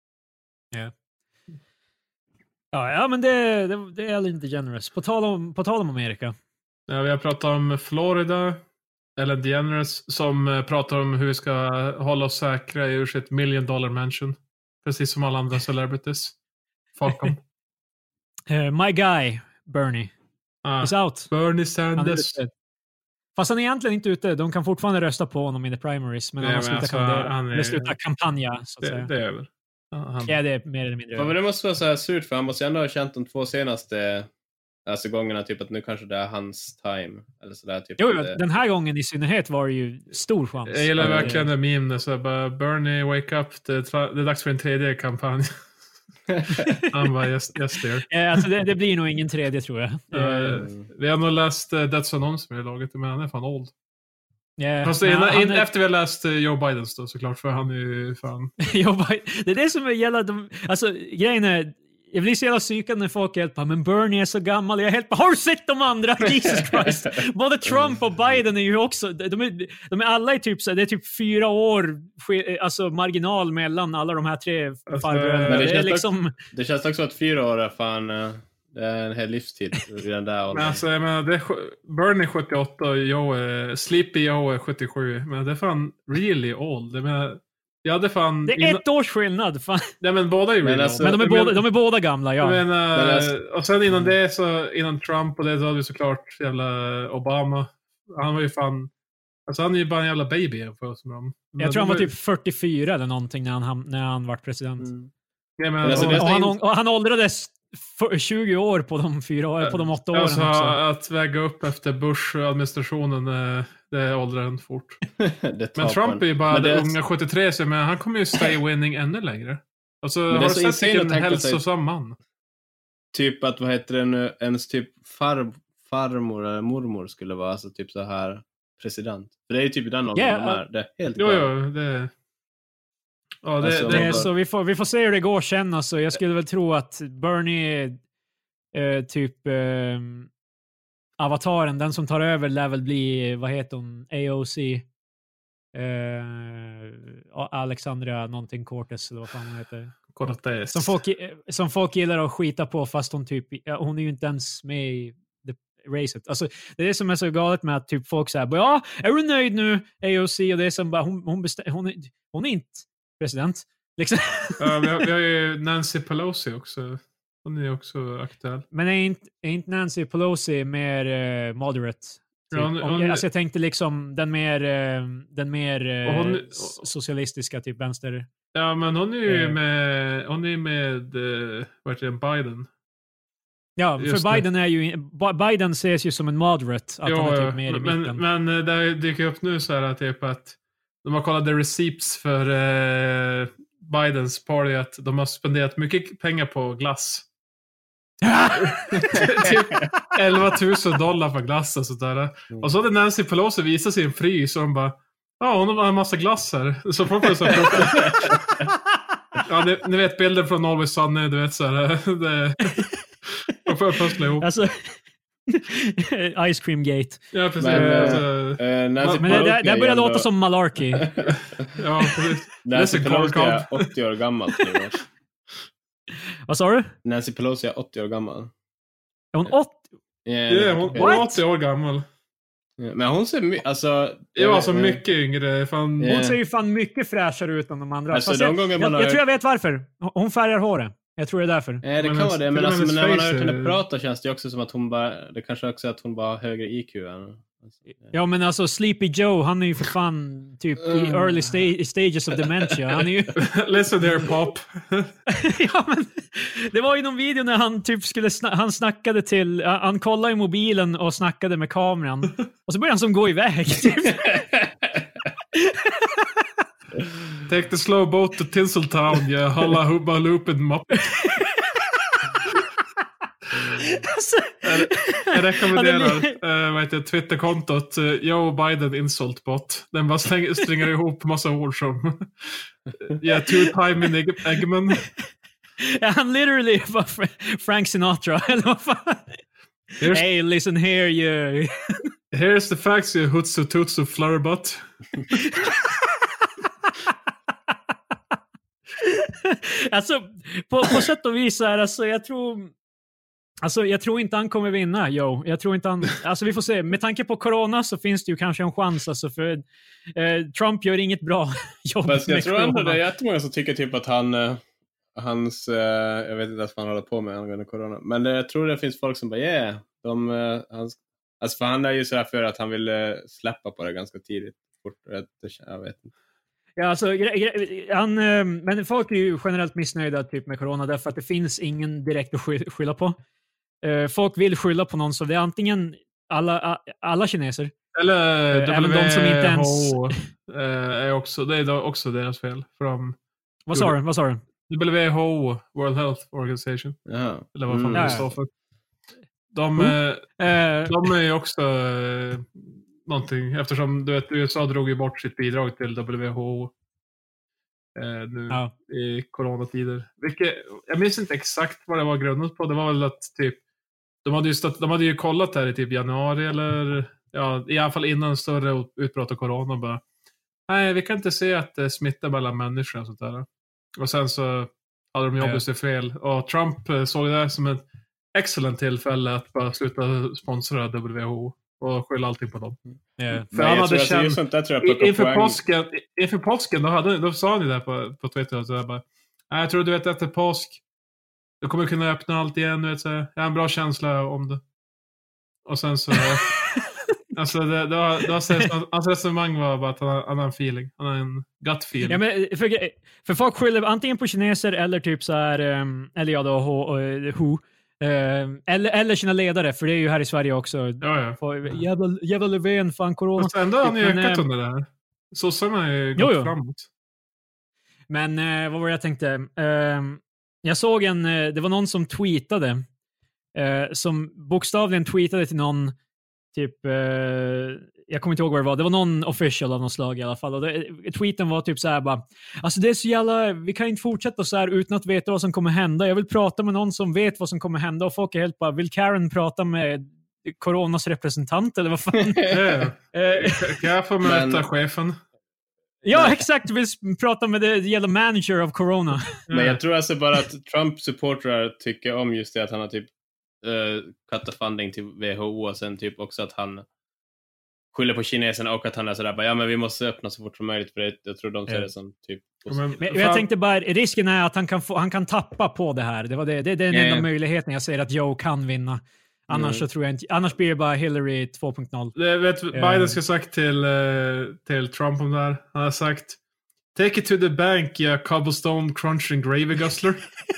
ja, men det är Ellen DeGeneres. På tal om Amerika. Ja, vi har pratat om Florida. Ellen DeGeneres som pratar om hur vi ska hålla oss säkra i sitt $1 million mansion. Precis som alla andra celebrities. Fuck them. My guy, Bernie, is out. Bernie Sanders. Fast han är egentligen inte ute. De kan fortfarande rösta på honom i the primaries. Men han har slutat kampanja. Så att säga. Det är väl. Ja, det är mer eller mindre. Ja, men det måste vara så här surt för han måste ändå ha känt de 2 senaste gångerna typ att nu kanske det är hans time eller så där typ. Jo, den här gången i synnerhet var det ju stor chans. Jag gillar verkligen det meme så bara Bernie wake up, det är dags för en 3D kampanj. Han bara yes there. Alltså det blir nog ingen 3D tror jag. Vi har nog läst Deaths Anons med laget men han är fan old. Fast efter vi har läst Joe Bidens då såklart för han är ju fan. Det är det som gäller alltså grejen är jag blir så jävla psykad när folk hjälper men Bernie är så gammal. Jag helt har du sett de andra? Jesus Christ. Både Trump och Biden är ju också de är alla i typ så det är typ 4 år alltså marginal mellan alla de här 3 farbröderna. Det känns också att 4 år är fan det är en hel livstid i den där åldern. Men alltså jag menar Bernie 78 och Sleepy Joe är 77 men det är fan really old. Det är 1 års skillnad. Fan. Nej, men båda är ju men de är båda gamla, ja. Och sen innan det så innan Trump och det så hade vi såklart jävla Obama. Han var ju fan alltså han är ju bara en jävla baby för oss med dem. Jag tror han var typ 44 eller någonting när han var president. Ja, men, och han åldrades 20 år på de 8 åren alltså, också. Att väga upp efter Bush-administrationen, det åldrar en fort. Men Trump är ju bara det unga 73, så men han kommer ju stay winning ännu längre. Alltså, har du sett vilken hälsosam man? Typ att, vad heter det nu, ens typ farmor eller mormor skulle vara alltså typ så här president. För det är ju typ den åldern de är. Det är helt det... Ja, så vi får se hur det går sen. Alltså. Jag skulle väl tro att Bernie avataren, den som tar över lär väl bli, vad heter hon, AOC. Alexandria någonting Cortez eller vad fan hon heter. Cortez. Som folk gillar att skita på, fast hon hon är ju inte ens med i racet. Alltså, det är det som är så galet med att typ folk säger ja, är du nöjd nu AOC? Och det är som bara hon är inte president. Liksom. Ja, vi har ju Nancy Pelosi också. Hon är också aktuell. Men är inte Nancy Pelosi mer moderate? Typ. Alltså jag tänkte liksom den mer socialistiska typ vänster. Ja, men hon är ju med vad heter det, Biden. Ja, för Biden ses ju som en moderate. Att han är typ mer i mitten. Men det dyker upp nu så här typ att de har kollat receipts för Bidens party att de har spenderat mycket pengar på glass. Typ $11,000 för glass och sådär. Och så hade Nancy Pelosi visat sin frys och de bara hon har en massa glass här. Så folk är så ja, ni vet bilder från Always Sunny, du vet så här. Jag får pussla ihop. Alltså Ice Cream Gate. Ja, precis. Men det börjar låta som malarkey. Ja, precis. Nancy Pelosi är 80 år gammal. Vad sa du? Nancy Pelosi är 80 år gammal. Är hon 80? Hon är 80 år gammal. Men hon ser alltså mycket yngre. Hon ser ju fan mycket fräschare ut än de andra. Alltså, jag tror jag vet varför. Hon färgar håret. Jag tror det är därför. Det kan vara det. Men när man hör henne prata känns det också som att hon bara... Det kanske också är att hon bara har högre IQ än... Ja, men alltså Sleepy Joe, han är ju för fan typ i early stages of dementia. Han är ju... Listen there, Pop. Ja, men det var ju någon video när han typ han snackade till... Han kollade i mobilen och snackade med kameran. Och så började han som gå iväg. Typ. Take the slow boat to Tinseltown, you halla hubba looped muppet. Jag rekommenderar Twitterkontot Joe Biden insultbot. Den bara stringar ihop massa ord som two-time Eggman. Han literally var Frank Sinatra eller vad fan. Hey, listen here you. Here's the facts, you hutsu tutsu flurbutt. Alltså på sätt och vis är alltså jag tror inte han kommer vinna, jag tror inte han, alltså vi får se, med tanke på corona så finns det ju kanske en chans alltså, för Trump gör inget bra jobb. Men jag tror ändå det är jättemånga som tycker typ att hans jag vet inte vad han håller på med angående corona, men jag tror det finns folk som bara alltså för han är ju så här för att han vill släppa på det ganska tidigt fort, jag vet inte. Ja, alltså, men folk är ju generellt missnöjda typ med corona därför att det finns ingen direkt att skylla på. Folk vill skylla på någon, så det är antingen alla kineser. Eller även de som inte ens... det är också deras fel. Vad sa du? WHO, World Health Organization. Jaha. Eller vad fan det står för. De är ju också någonting, eftersom du vet, USA drog ju bort sitt bidrag till WHO nu i coronatider. Jag minns inte exakt vad det var grundat på. Det var väl att typ de hade ju kollat här i typ januari eller i alla fall innan större utbrott av corona bara. Nej, vi kan inte se att det smittar mellan människor och sånt där. Och sen så hade de jobbat sig fel. Och Trump såg det som ett excellent tillfälle att bara sluta sponsra WHO och skylla allting på dem. För han hade känt inför påsken då sa han ju där på Twitter och så där bara, jag tror du vet efter påsk du kommer kunna öppna allt igen, vet så. Jag har en bra känsla om det. Och sen så Alltså hans resonemang var bara att han har en feeling. Han har en gut feeling. Ja, men för folk skyller antingen på kineser eller typ så här, eller ja då, WHO. Eller sina ledare, för det är ju här i Sverige också. Ja. Jävla Löfven, fan corona. Fast ändå har han ju ökat under det här. Sossarna har ju gått framåt. Men vad var det jag tänkte? Jag såg det var någon som tweetade. Som bokstavligen tweetade till någon typ, jag kommer inte ihåg vad det var. Det var någon official av något slag i alla fall. Och tweeten var typ så här bara, alltså det är så jävla, vi kan inte fortsätta så här utan att veta vad som kommer hända. Jag vill prata med någon som vet vad som kommer hända. Och folk är helt bara, vill Karen prata med coronas representant eller vad fan? Kan jag få möta chefen? Ja, exakt. Vi pratar med the yellow manager of corona. Men jag tror alltså bara att Trump-supportrar tycker om just det att han har typ cuttat funding till WHO och sen typ också att han skyller på kineserna och att han är sådär bara, ja men vi måste öppna så fort som möjligt för det. Jag tror de ser det som typ... Men jag tänkte bara, risken är att han kan tappa på det här. Det är den enda möjligheten jag säger att Joe kan vinna. Annars så tror jag inte, annars blir det bara Hillary 2.0. Biden ska sagt till Trump om det här. Han har sagt, take it to the bank, ja cobblestone crunching gravy guzzler.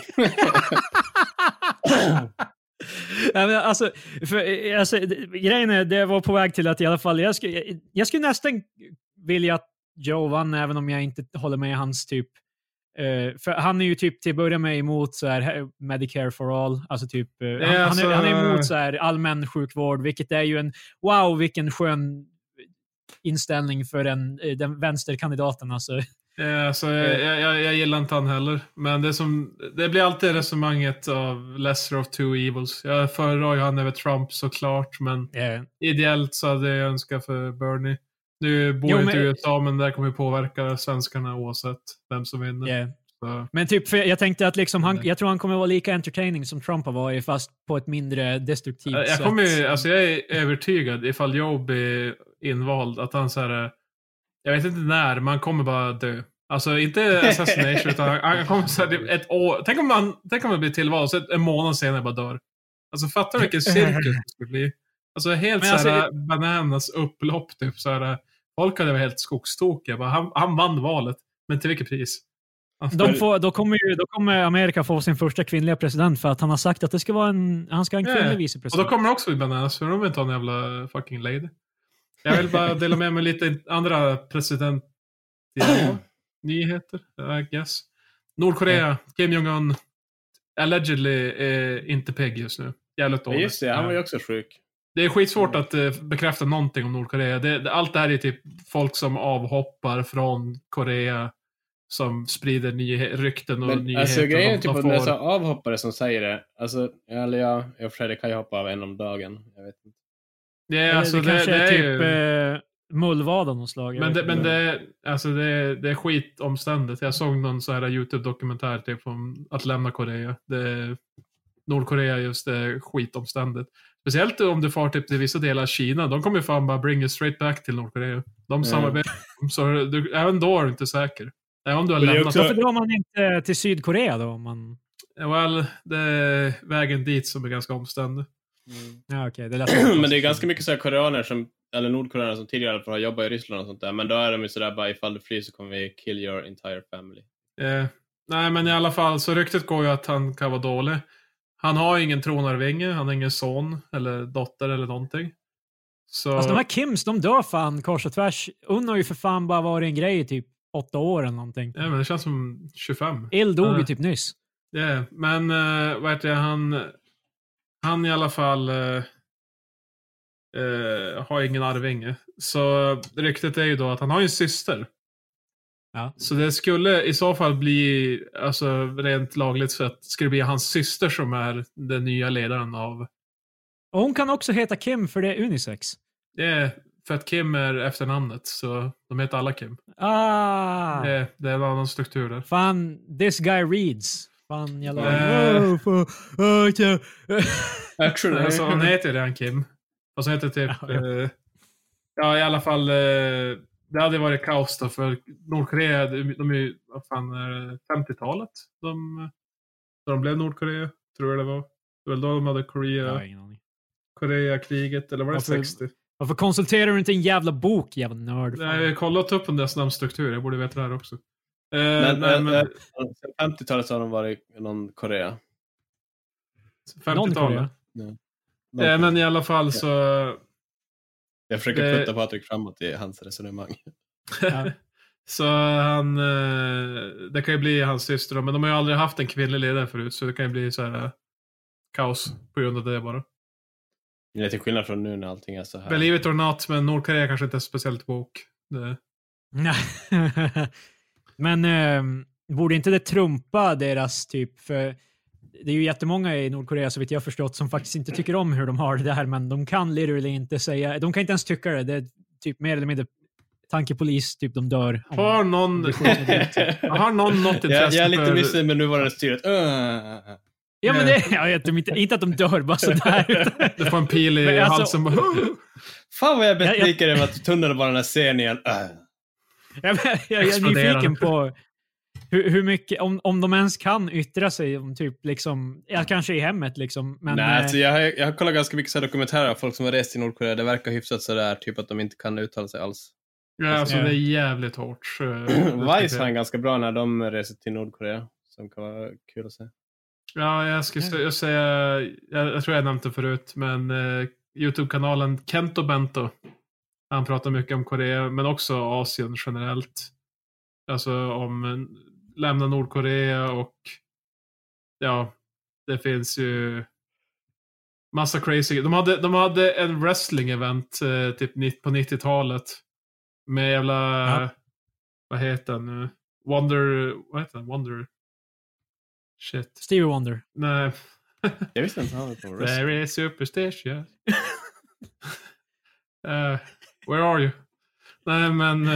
alltså, grejen är, det var på väg till att i alla fall, jag skulle nästan vilja att Joe vann, även om jag inte håller med hans typ. För han är ju typ till att börja med emot så här Medicare for all, alltså typ han är emot så här allmän sjukvård, vilket är ju vilken skön inställning för den vänsterkandidaten alltså. Alltså jag gillar inte han heller, men det blir alltid resonemanget av lesser of two evils. Jag föredrar ju han över Trump såklart, men ideellt så hade jag önskat för Bernie. Nu bor jag inte i USA, men det kommer påverka svenskarna oavsett vem som vinner. Yeah. Men typ, jag tänkte att liksom jag tror han kommer vara lika entertaining som Trump har varit, fast på ett mindre destruktivt sätt. Jag är övertygad ifall Joe blir invald att han så här, jag vet inte när, man kommer bara dö. Alltså inte assassination, utan han kommer så här, ett år. Tänk om man blir tillvald så en månad senare bara dör. Alltså fattar du vilken cirkus det skulle bli? Alltså helt såhär bananas upplopp typ såhär. Folk hade varit helt skogstokiga. Han vann valet, men till vilket pris? Då kommer Amerika få sin första kvinnliga president, för att han har sagt att det ska vara han ska ha en kvinnlig vicepresident. Och då kommer det också bli bananas, för de vill inte ha en jävla fucking lady. Jag vill bara dela med mig lite andra nyheter, I guess. Nordkorea, Kim Jong-un allegedly inte pegg just nu. Jävligt dåligt. Just det, han var ju också sjuk. Det är skitsvårt att bekräfta någonting om Nordkorea. Allt det här är typ folk som avhoppar från Korea, som sprider rykten och nyheter. Alltså grejen är typ att det är så avhoppare som säger det. Alltså, eller jag för det kan jag hoppa av en om dagen. Jag vet inte. Ja, alltså det kanske är typ mullvad av något slag. Men det är skitomständigt. Jag såg någon så här YouTube-dokumentär typ om att lämna Korea. Nordkorea just är skitomständigt. Speciellt om du får typ till vissa delar av Kina. De kommer ju fan bara bring you straight back till Nordkorea. De samarbetar. Så även då är du inte säker. Även om du har lämnat. Varför drar man inte till Sydkorea då? Det är vägen dit som är ganska omständig. Ja, okay. Men det är ganska mycket så här koreaner eller nordkoreaner som tidigare har jobbat i Ryssland och sånt där. Men då är de ju sådär bara, ifall du flyr så kommer vi kill your entire family. Nej, men i alla fall så ryktet går ju att han kan vara dålig. Han har ingen tronarvinge, han har ingen son eller dotter eller någonting. Så... Alltså de här Kims, de dör fan kors och tvärs. Hon har ju för fan bara varit en grej i typ 8 år eller någonting. Ja, men det känns som 25. Il dog ju typ nyss. Ja, men vad heter det, han i alla fall har ingen arvinge. Så ryktet är ju då att han har en syster. Ja. Så det skulle i så fall bli, alltså rent lagligt sett, skulle bli hans syster som är den nya ledaren av... Och hon kan också heta Kim, för det är unisex. Det är för att Kim är efternamnet, så de heter alla Kim. Det är en annan struktur där. Fan, this guy reads. Fan, jag Actually, alltså, han heter redan Kim. Och så heter typ... i alla fall... det hade varit kaos då, för Nordkorea, de är ju, vad fan, 50-talet de blev Nordkorea, tror jag det var. Det var då de hade Koreakriget, eller var det 60? Varför konsulterar du inte en jävla bok, jävla nörd? Nej, jag har kollat upp om deras namnstruktur. Jag borde veta det här också. Men 50-talet har de varit i någon Korea. 50-talet? Ja, men i alla fall så... Jag försöker putta Patrik framåt i hans resonemang. Ja. Så han... Det kan ju bli hans syster, men de har ju aldrig haft en kvinnlig ledare förut, så det kan ju bli så här kaos på grund av det bara. Det är till skillnad från nu när allting är så här. Believe it or not, men Nordkorea kanske inte är speciellt woke. Men borde inte det trumpa deras typ, för det är ju jättemånga i Nordkorea så vitt jag förstått som faktiskt inte tycker om hur de har det här, men de kan literally inte säga, de kan inte ens tycka det. Det är typ mer eller mindre tankepolis, typ de dör. Har någon något intresse jag är lite missnöjd med nuvarande styret. Ja, men det, jag vet inte att de dör bara sådär. Det får en pil i halsen. Fan vad jag besviker över att tunnelbanan ser igen. Jag är nyfiken på hur mycket, om de ens kan yttra sig om typ liksom, kanske i hemmet liksom. Men, nej, alltså jag har kollat ganska mycket så dokumentärer av folk som har rest i Nordkorea. Det verkar hyfsat sådär, typ att de inte kan uttala sig alls. Ja, alltså det är jävligt hårt. Vice var ganska bra när de reser till Nordkorea. Som kan vara kul att se. Ja, jag säga, jag tror jag nämnde det förut, men YouTube-kanalen Kento Bento. Han pratar mycket om Korea, men också Asien generellt. Alltså om lämna Nordkorea och ja, det finns ju massa crazy. De hade en wrestling-event typ på 90-talet med jävla vad heter den nu? Wonder shit. Stevie Wonder. Nej. Jag visste inte han var på wrestling. Very superstitious. Where are you? Nej, men...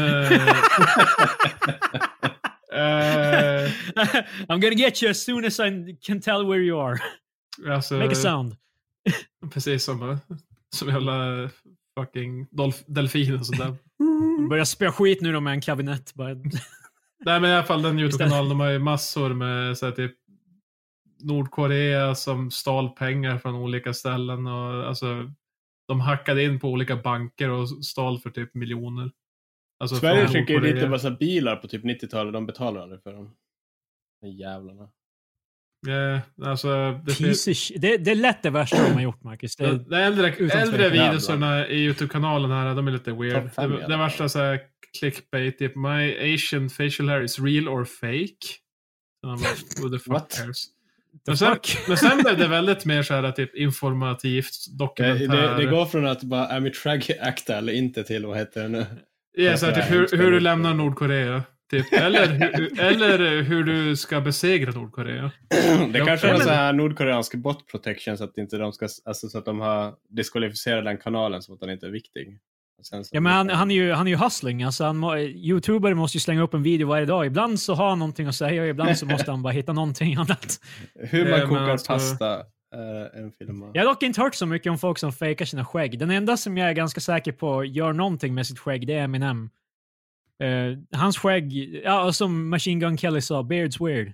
I'm gonna get you as soon as I can tell where you are. Alltså, make a sound. Precis som jävla fucking delfin och sådär. Börjar spela skit nu då med en kabinett. Bara. Nej, men i alla fall den YouTube-kanalen, de har ju massor med så här, typ Nordkorea som stal pengar från olika ställen och alltså de hackade in på olika banker och stal för typ miljoner. Alltså Sverige skickar ju lite massa bilar på typ 90-talet, de betalar aldrig för dem. De jävlarna. Alltså det är lätt det värsta de har gjort, Marcus. Det äldre videorna i YouTube-kanalen här, de är lite weird. Det värsta så här clickbait, typ my Asian facial hair is real or fake. Who the fuck cares? Men sen blev det väldigt mer så här typ informativt dokumentär. Det går från att bara är mitt shrag acta eller inte till vad heter det nu? Ja, så här, typ hur du lämnar Nordkorea. Typ. Eller hur du ska besegra Nordkorea. Det kanske är så här nordkoreansk bot protection så att inte de ska, alltså så att de har diskvalificerat den kanalen så att den inte är viktig. Ja, men han är ju hustling. Alltså YouTuber måste ju slänga upp en video varje dag. Ibland så har han någonting att säga och ibland så måste han bara hitta någonting annat. Hur man kokar pasta en film. Jag har dock inte hört så mycket om folk som fejkar sina skägg. Den enda som jag är ganska säker på gör någonting med sitt skägg, det är Eminem. Hans skägg, ja, som Machine Gun Kelly sa, beard's weird.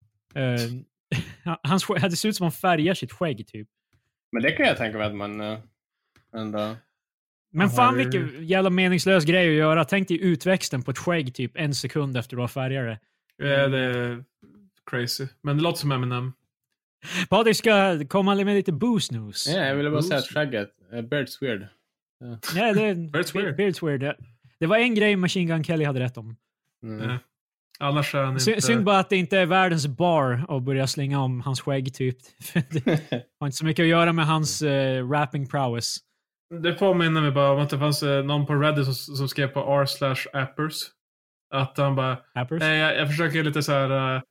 Hans skägg, det ser ut som han färgar sitt skägg typ. Men det kan jag tänka mig att man ändå... Men fan vilken jävla meningslös grej att göra. Tänk dig utväxten på ett skägg typ 1 sekund efter du har färgat det. Ja, det är crazy. Men det låter som Eminem. Patrik ska komma med lite boost news. Ja, jag ville bara säga att skägget, beard's weird. Ja, det är beard's weird. Ja. Det var en grej Machine Gun Kelly hade rätt om. Ja. Annars är han inte... Synd bara att det inte är världens bar att börja slänga om hans skägg typ. Det har inte så mycket att göra med hans rapping prowess. Det påminner mig bara om att det fanns någon på Reddit som skrev på r/appers. Att han bara... Jag försöker lite så här...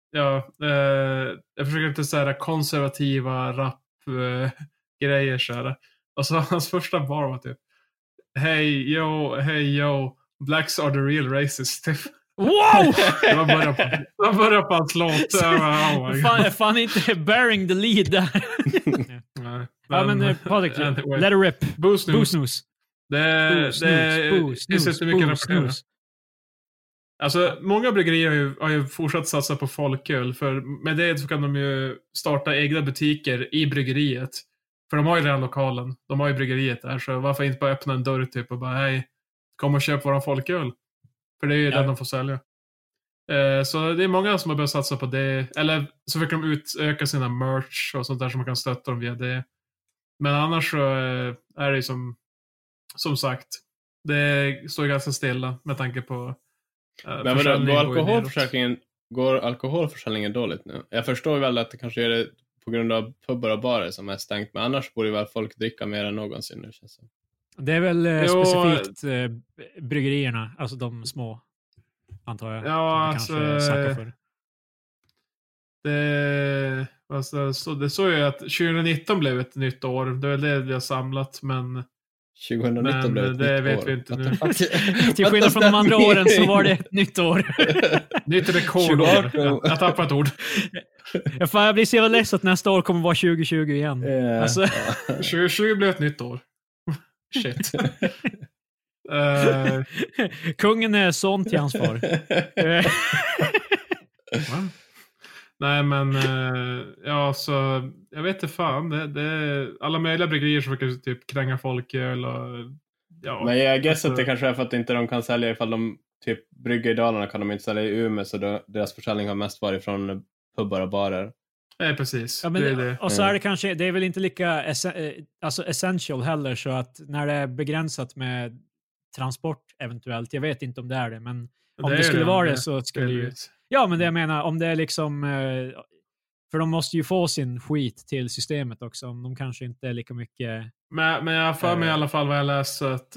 jag försöker lite så här konservativa rap-grejer så här. Och så hans första bar var typ... Hey yo, blacks are the real racists. Wow! Det var början på hans låt. Fan inte bearing the lead där. Ja, men Patrik, let it rip. Boost news. Det finns inte mycket rapportera. Alltså, många bryggerier har ju fortsatt satsa på folköl. För med det så kan de ju starta egna butiker i bryggeriet. För de har ju redan lokalen. De har ju bryggeriet där. Så varför inte bara öppna en dörr typ och bara hej, kom och köp våran folköl. För det är ju den de får sälja. Så det är många som har börjat satsa på det. Eller så fick de utöka sina merch och sånt där som man kan stötta dem via det. Men annars så är det ju som sagt, det står ganska stilla med tanke på men går alkoholförsäljningen dåligt nu? Jag förstår väl att det kanske är det på grund av pubbar och barer som är stängt, men annars borde väl folk dricka mer än någonsin nu, känns det. Det är väl specifikt bryggerierna, alltså de små, antar jag. Ja, alltså för. Det såg ju att 2019 blev ett nytt år. Det är väl det vi har samlat, men 2019 blev ett det nytt vet år. Vi inte nu. Till skillnad från de andra åren så var det ett nytt år. Nytt rekordår. Jag tappar ett ord. Jag blir så jävla ledsen att nästa år kommer vara 2020 igen. Alltså. 2020 blev ett nytt år. Shit. Kungen är son till hans far. Nej, men ja, så jag vet inte fan. Det är alla möjliga bryggerier som försöker typ kränga folköl och ja. Men jag guess att det kanske är för att inte de kan sälja, ifall de typ brygger i Dalarna kan de inte sälja i Umeå, så deras försäljning har mest varit från pubbar och barer. Nej, precis. Ja, men det. Och så är det kanske, det är väl inte lika essential heller, så att när det är begränsat med transport eventuellt, jag vet inte om det är det, men om det skulle vara det så skulle det ju... Ja, men det jag menar, om det är liksom... För de måste ju få sin skit till systemet också, om de kanske inte är lika mycket... Men jag har för mig i alla fall vad jag läst, att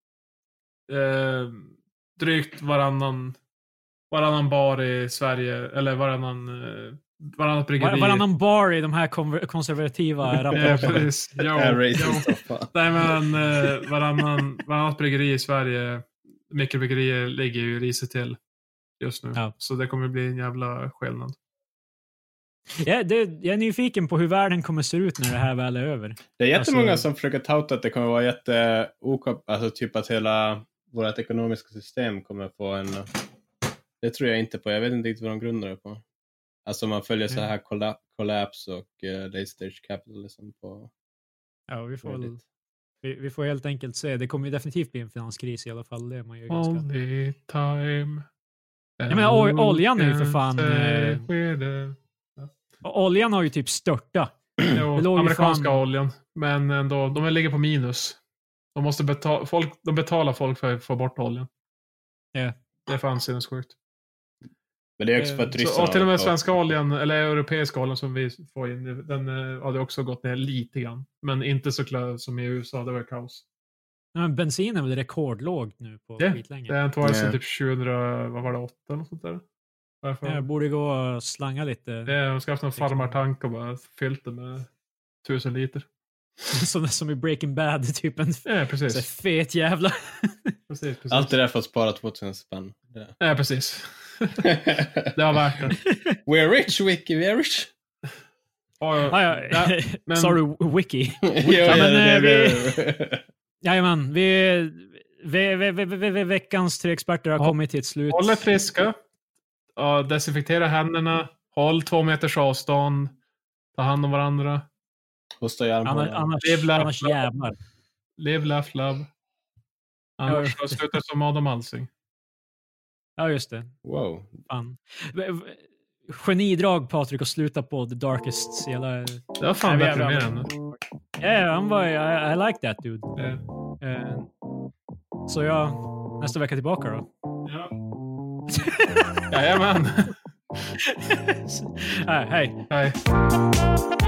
drygt varannan bar i Sverige, eller varannat bryggeri... Varannan bar i de här konservativa rapporterna. Nej, men varannat bryggeri i Sverige, mikrobryggerier ligger ju risigt till just nu. Ja. Så det kommer bli en jävla skillnad. Ja, jag är nyfiken på hur världen kommer se ut när det här väl är över. Det är jättemånga som försöker touta att det kommer vara alltså typ att hela vårt ekonomiska system kommer få en... Det tror jag inte på. Jag vet inte riktigt vad de grundar det på. Alltså man följer så här collapse och late stage capitalism på... Ja, vi får helt enkelt se. Det kommer ju definitivt bli en finanskris i alla fall. Det är man ju ganska... Only time. Ja, men oljan är ju för fan... Oljan har ju typ störtat. Jo, amerikanska oljan. Men ändå, de ligger på minus. De måste betalar folk för att få bort oljan. Yeah. Det är fan sinnessjukt. Men det är också för att ryssarna... Och till och med svenska oljan, eller europeiska oljan som vi får in, den hade också gått ner lite grann. Men inte så klart som i USA, det var kaos. Men bensin är väl rekordlågt nu på skitlänge. Det har inte varit så typ 2008 eller sånt där. Jag borde gå och slanga lite. Jag ska ha haft en farmartank och bara fyllt det med 1000 liter. Som i Breaking Bad, typ en fet jävla. precis. Allt det där för att spara 2000 spänn. Ja, precis. Det har värt det. We're rich, Wiki, we're rich. Men... Sorry, Wiki. Jajamän, veckans 3 experter har kommit till ett slut. Håll er friska. Desinfektera händerna. Håll 2 meters avstånd. Ta hand om varandra. Hosta i armarna. Annars jävlar. Live, laugh, love. Annars slutar som Adam Alsing. Ja, just det. Wow. Fan. Genidrag, Patrik, och sluta på The Darkest. Det var fan deprimerande. Han var... I like that, dude. Yeah. Så nästa vecka tillbaka då. Ja. Jajamän. Hej. Hej.